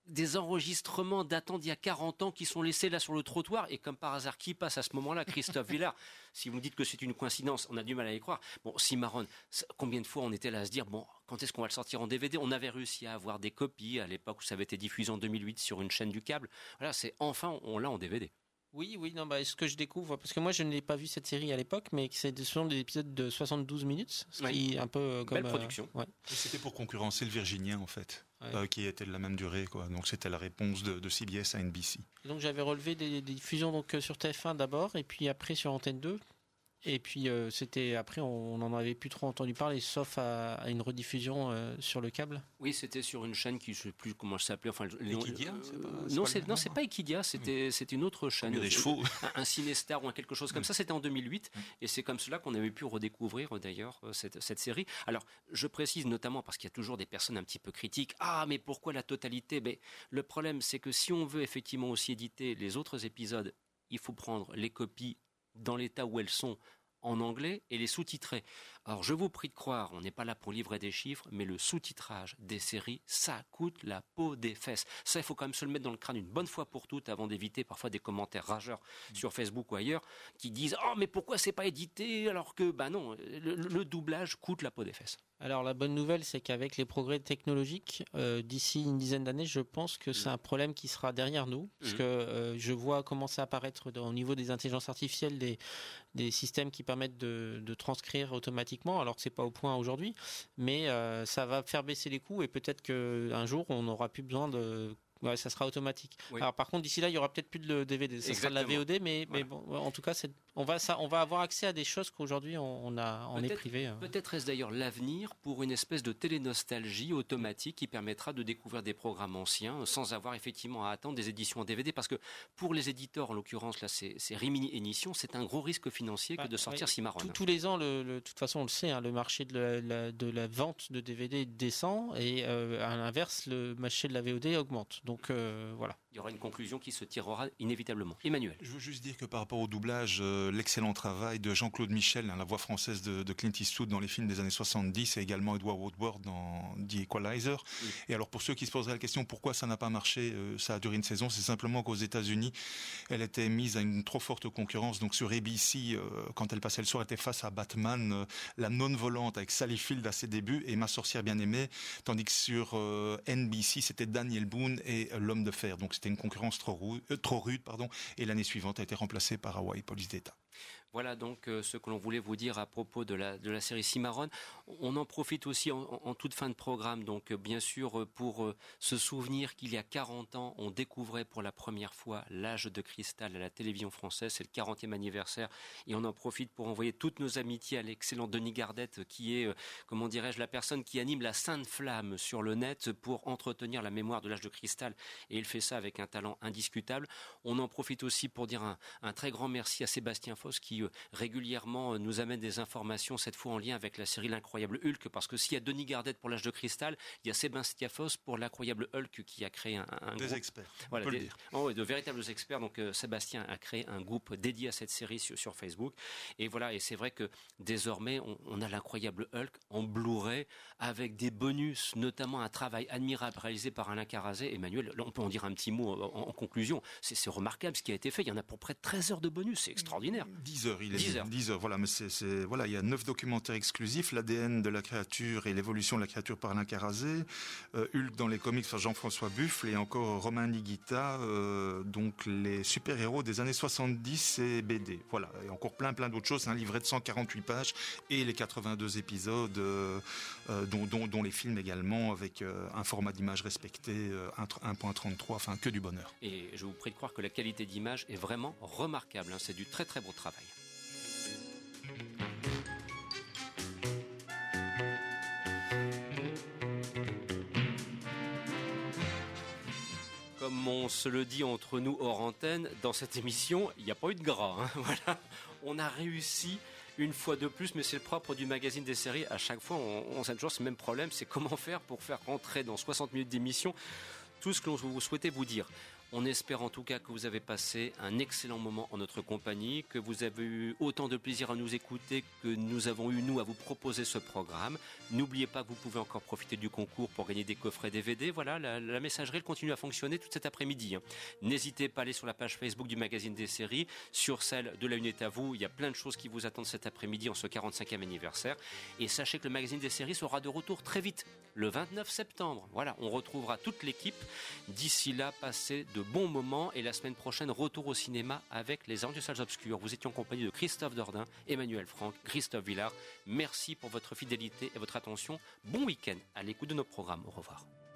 des enregistrements datant d'il y a quarante ans qui sont laissés là sur le trottoir et comme par hasard qui passe à ce moment-là, Christophe Villard. Si vous me dites que c'est une coïncidence, on a du mal à y croire. Bon, Cimarron, combien de fois on était là à se dire bon, quand est-ce qu'on va le sortir en D V D? On avait réussi à avoir des copies à l'époque où ça avait été diffusé en deux mille huit sur une chaîne du câble. Voilà, c'est enfin on l'a en D V D. Oui, oui, non, bah, ce que je découvre, parce que moi je ne l'ai pas vu cette série à l'époque, mais c'est souvent des épisodes de soixante-douze minutes, ce oui. qui est un peu euh, comme... Belle production. Euh, ouais. C'était pour concurrencer le Virginien, en fait, ouais. euh, qui était de la même durée, quoi. Donc c'était la réponse de, de C B S à N B C. Et donc j'avais relevé des, des diffusions donc, sur T F un d'abord, et puis après sur Antenne deux. Et puis euh, c'était après on n'en avait plus trop entendu parler, sauf à, à une rediffusion euh, sur le câble. Oui, c'était sur une chaîne qui je sais plus comment elle s'appelait. Enfin, Equidia, euh, c'est pas, c'est c'est non, pas c'est non, c'est pas Equidia, c'était oui. c'était une autre chaîne. Il y a des chevaux. Un, un Cinestar ou un quelque chose comme oui. ça. C'était en deux mille huit, oui. et c'est comme cela qu'on avait pu redécouvrir d'ailleurs cette cette série. Alors, je précise notamment parce qu'il y a toujours des personnes un petit peu critiques. Ah, mais pourquoi la totalité? Mais le problème, c'est que si on veut effectivement aussi éditer les autres épisodes, il faut prendre les copies dans l'état où elles sont en anglais et les sous-titrer. Alors, je vous prie de croire, on n'est pas là pour livrer des chiffres, mais le sous-titrage des séries, ça coûte la peau des fesses. Ça, il faut quand même se le mettre dans le crâne une bonne fois pour toutes avant d'éviter parfois des commentaires rageurs mmh. sur Facebook ou ailleurs qui disent « Oh, mais pourquoi c'est pas édité ?» alors que, bah non, le, le doublage coûte la peau des fesses. Alors, la bonne nouvelle, c'est qu'avec les progrès technologiques, euh, d'ici une dizaine d'années, je pense que mmh. c'est un problème qui sera derrière nous, parce mmh. que euh, je vois commencer à apparaître dans, au niveau des intelligences artificielles des, des systèmes qui permettent de, de transcrire automatiquement, alors que c'est pas au point aujourd'hui, mais euh, ça va faire baisser les coûts et peut-être qu'un jour on n'aura plus besoin de... Ouais, ça sera automatique. Oui. Alors par contre, d'ici là, il y aura peut-être plus de D V D. Ça Exactement. Sera de la V O D, mais, voilà. mais bon, en tout cas, c'est, on va ça, on va avoir accès à des choses qu'aujourd'hui on, on a, on est privé. Hein. Peut-être est-ce d'ailleurs l'avenir pour une espèce de télénostalgie automatique qui permettra de découvrir des programmes anciens sans avoir effectivement à attendre des éditions en D V D, parce que pour les éditeurs, en l'occurrence là, c'est, c'est Rimini Éditions, c'est un gros risque financier bah, que de sortir oui. Cimarron. Tout, tous les ans, le, le, de toute façon, on le sait, hein, le marché de la, la, de la vente de D V D descend et euh, à l'inverse, le marché de la V O D augmente. Donc euh, voilà. Il y aura une conclusion qui se tirera inévitablement. Emmanuel. Je veux juste dire que par rapport au doublage, euh, l'excellent travail de Jean-Claude Michel, hein, la voix française de, de Clint Eastwood dans les films des années soixante-dix, et également Edward Woodward dans The Equalizer. Oui. Et alors pour ceux qui se poseraient la question pourquoi ça n'a pas marché, euh, ça a duré une saison, c'est simplement qu'aux États-Unis, elle était mise à une trop forte concurrence. Donc sur A B C, euh, quand elle passait le soir, elle était face à Batman, euh, la non-volante avec Sally Field à ses débuts et Ma sorcière bien-aimée, tandis que sur euh, N B C, c'était Daniel Boone et euh, L'homme de fer. Donc c'était une concurrence trop rude, euh, trop rude pardon, et l'année suivante a été remplacée par Hawaii Police d'État. Voilà donc euh, ce que l'on voulait vous dire à propos de la, de la série Cimarron. On en profite aussi en, en toute fin de programme, donc euh, bien sûr euh, pour euh, se souvenir qu'il y a quarante ans, on découvrait pour la première fois l'âge de cristal à la télévision française. C'est le quarantième anniversaire et on en profite pour envoyer toutes nos amitiés à l'excellent Denis Gardette qui est, euh, comment dirais-je, la personne qui anime la Sainte Flamme sur le net pour entretenir la mémoire de l'âge de cristal, et il fait ça avec un talent indiscutable. On en profite aussi pour dire un, un très grand merci à Sébastien Foss qui euh, régulièrement euh, nous amène des informations, cette fois en lien avec la série L'Incroyable Hulk, parce que s'il y a Denis Gardette pour l'âge de cristal, il y a Sébastien Foss pour L'Incroyable Hulk qui a créé un, un des groupe. experts, voilà, on peut des, le dire. Oh, ouais, de véritables experts. Donc euh, Sébastien a créé un groupe dédié à cette série sur, sur Facebook, et voilà, et c'est vrai que désormais on, on a L'Incroyable Hulk en Blu-ray avec des bonus, notamment un travail admirable réalisé par Alain Carazé. Emmanuel, là, on peut en dire un petit mot en, en conclusion. C'est, c'est remarquable ce qui a été fait. Il y en a pour près de treize heures de bonus, c'est extraordinaire. dix heures, il est dix heures. dix heures, voilà, mais c'est, c'est, voilà, il y a neuf documentaires exclusifs, l'A D N de la créature et l'évolution de la créature par Alain Carazé, euh, Hulk dans les comics par Jean-François Buffle, et encore Romain Niguita, euh, donc les super-héros des années soixante-dix et B D. Voilà, et encore plein plein d'autres choses, c'est un livret de cent quarante-huit pages et les quatre-vingt-deux épisodes, euh, euh, dont, dont, dont les films également, avec euh, un format d'image respecté, euh, un point trente-trois, enfin que du bonheur. Et je vous prie de croire que la qualité d'image est vraiment remarquable, hein, c'est du très très beau travail. Comme on se le dit entre nous hors antenne, dans cette émission, il n'y a pas eu de gras. Hein, voilà. On a réussi une fois de plus, mais c'est le propre du magazine des séries. À chaque fois, on, on a toujours ce même problème, c'est comment faire pour faire rentrer dans soixante minutes d'émission tout ce que l'on souhaitait vous dire. On espère en tout cas que vous avez passé un excellent moment en notre compagnie, que vous avez eu autant de plaisir à nous écouter que nous avons eu, nous, à vous proposer ce programme. N'oubliez pas que vous pouvez encore profiter du concours pour gagner des coffrets D V D. Voilà, la, la messagerie elle continue à fonctionner tout cet après-midi. Hein. N'hésitez pas à aller sur la page Facebook du magazine des séries, sur celle de La Une est à vous. Il y a plein de choses qui vous attendent cet après-midi en ce quarante-cinquième anniversaire. Et sachez que le magazine des séries sera de retour très vite, le vingt-neuf septembre. Voilà, on retrouvera toute l'équipe. D'ici là, passez de bons moments et la semaine prochaine, retour au cinéma avec Les Anges des Salles Obscures. Vous étiez en compagnie de Christophe Dordain, Emmanuel Franck, Christophe Villard. Merci pour votre fidélité et votre attention. Bon week-end à l'écoute de nos programmes. Au revoir.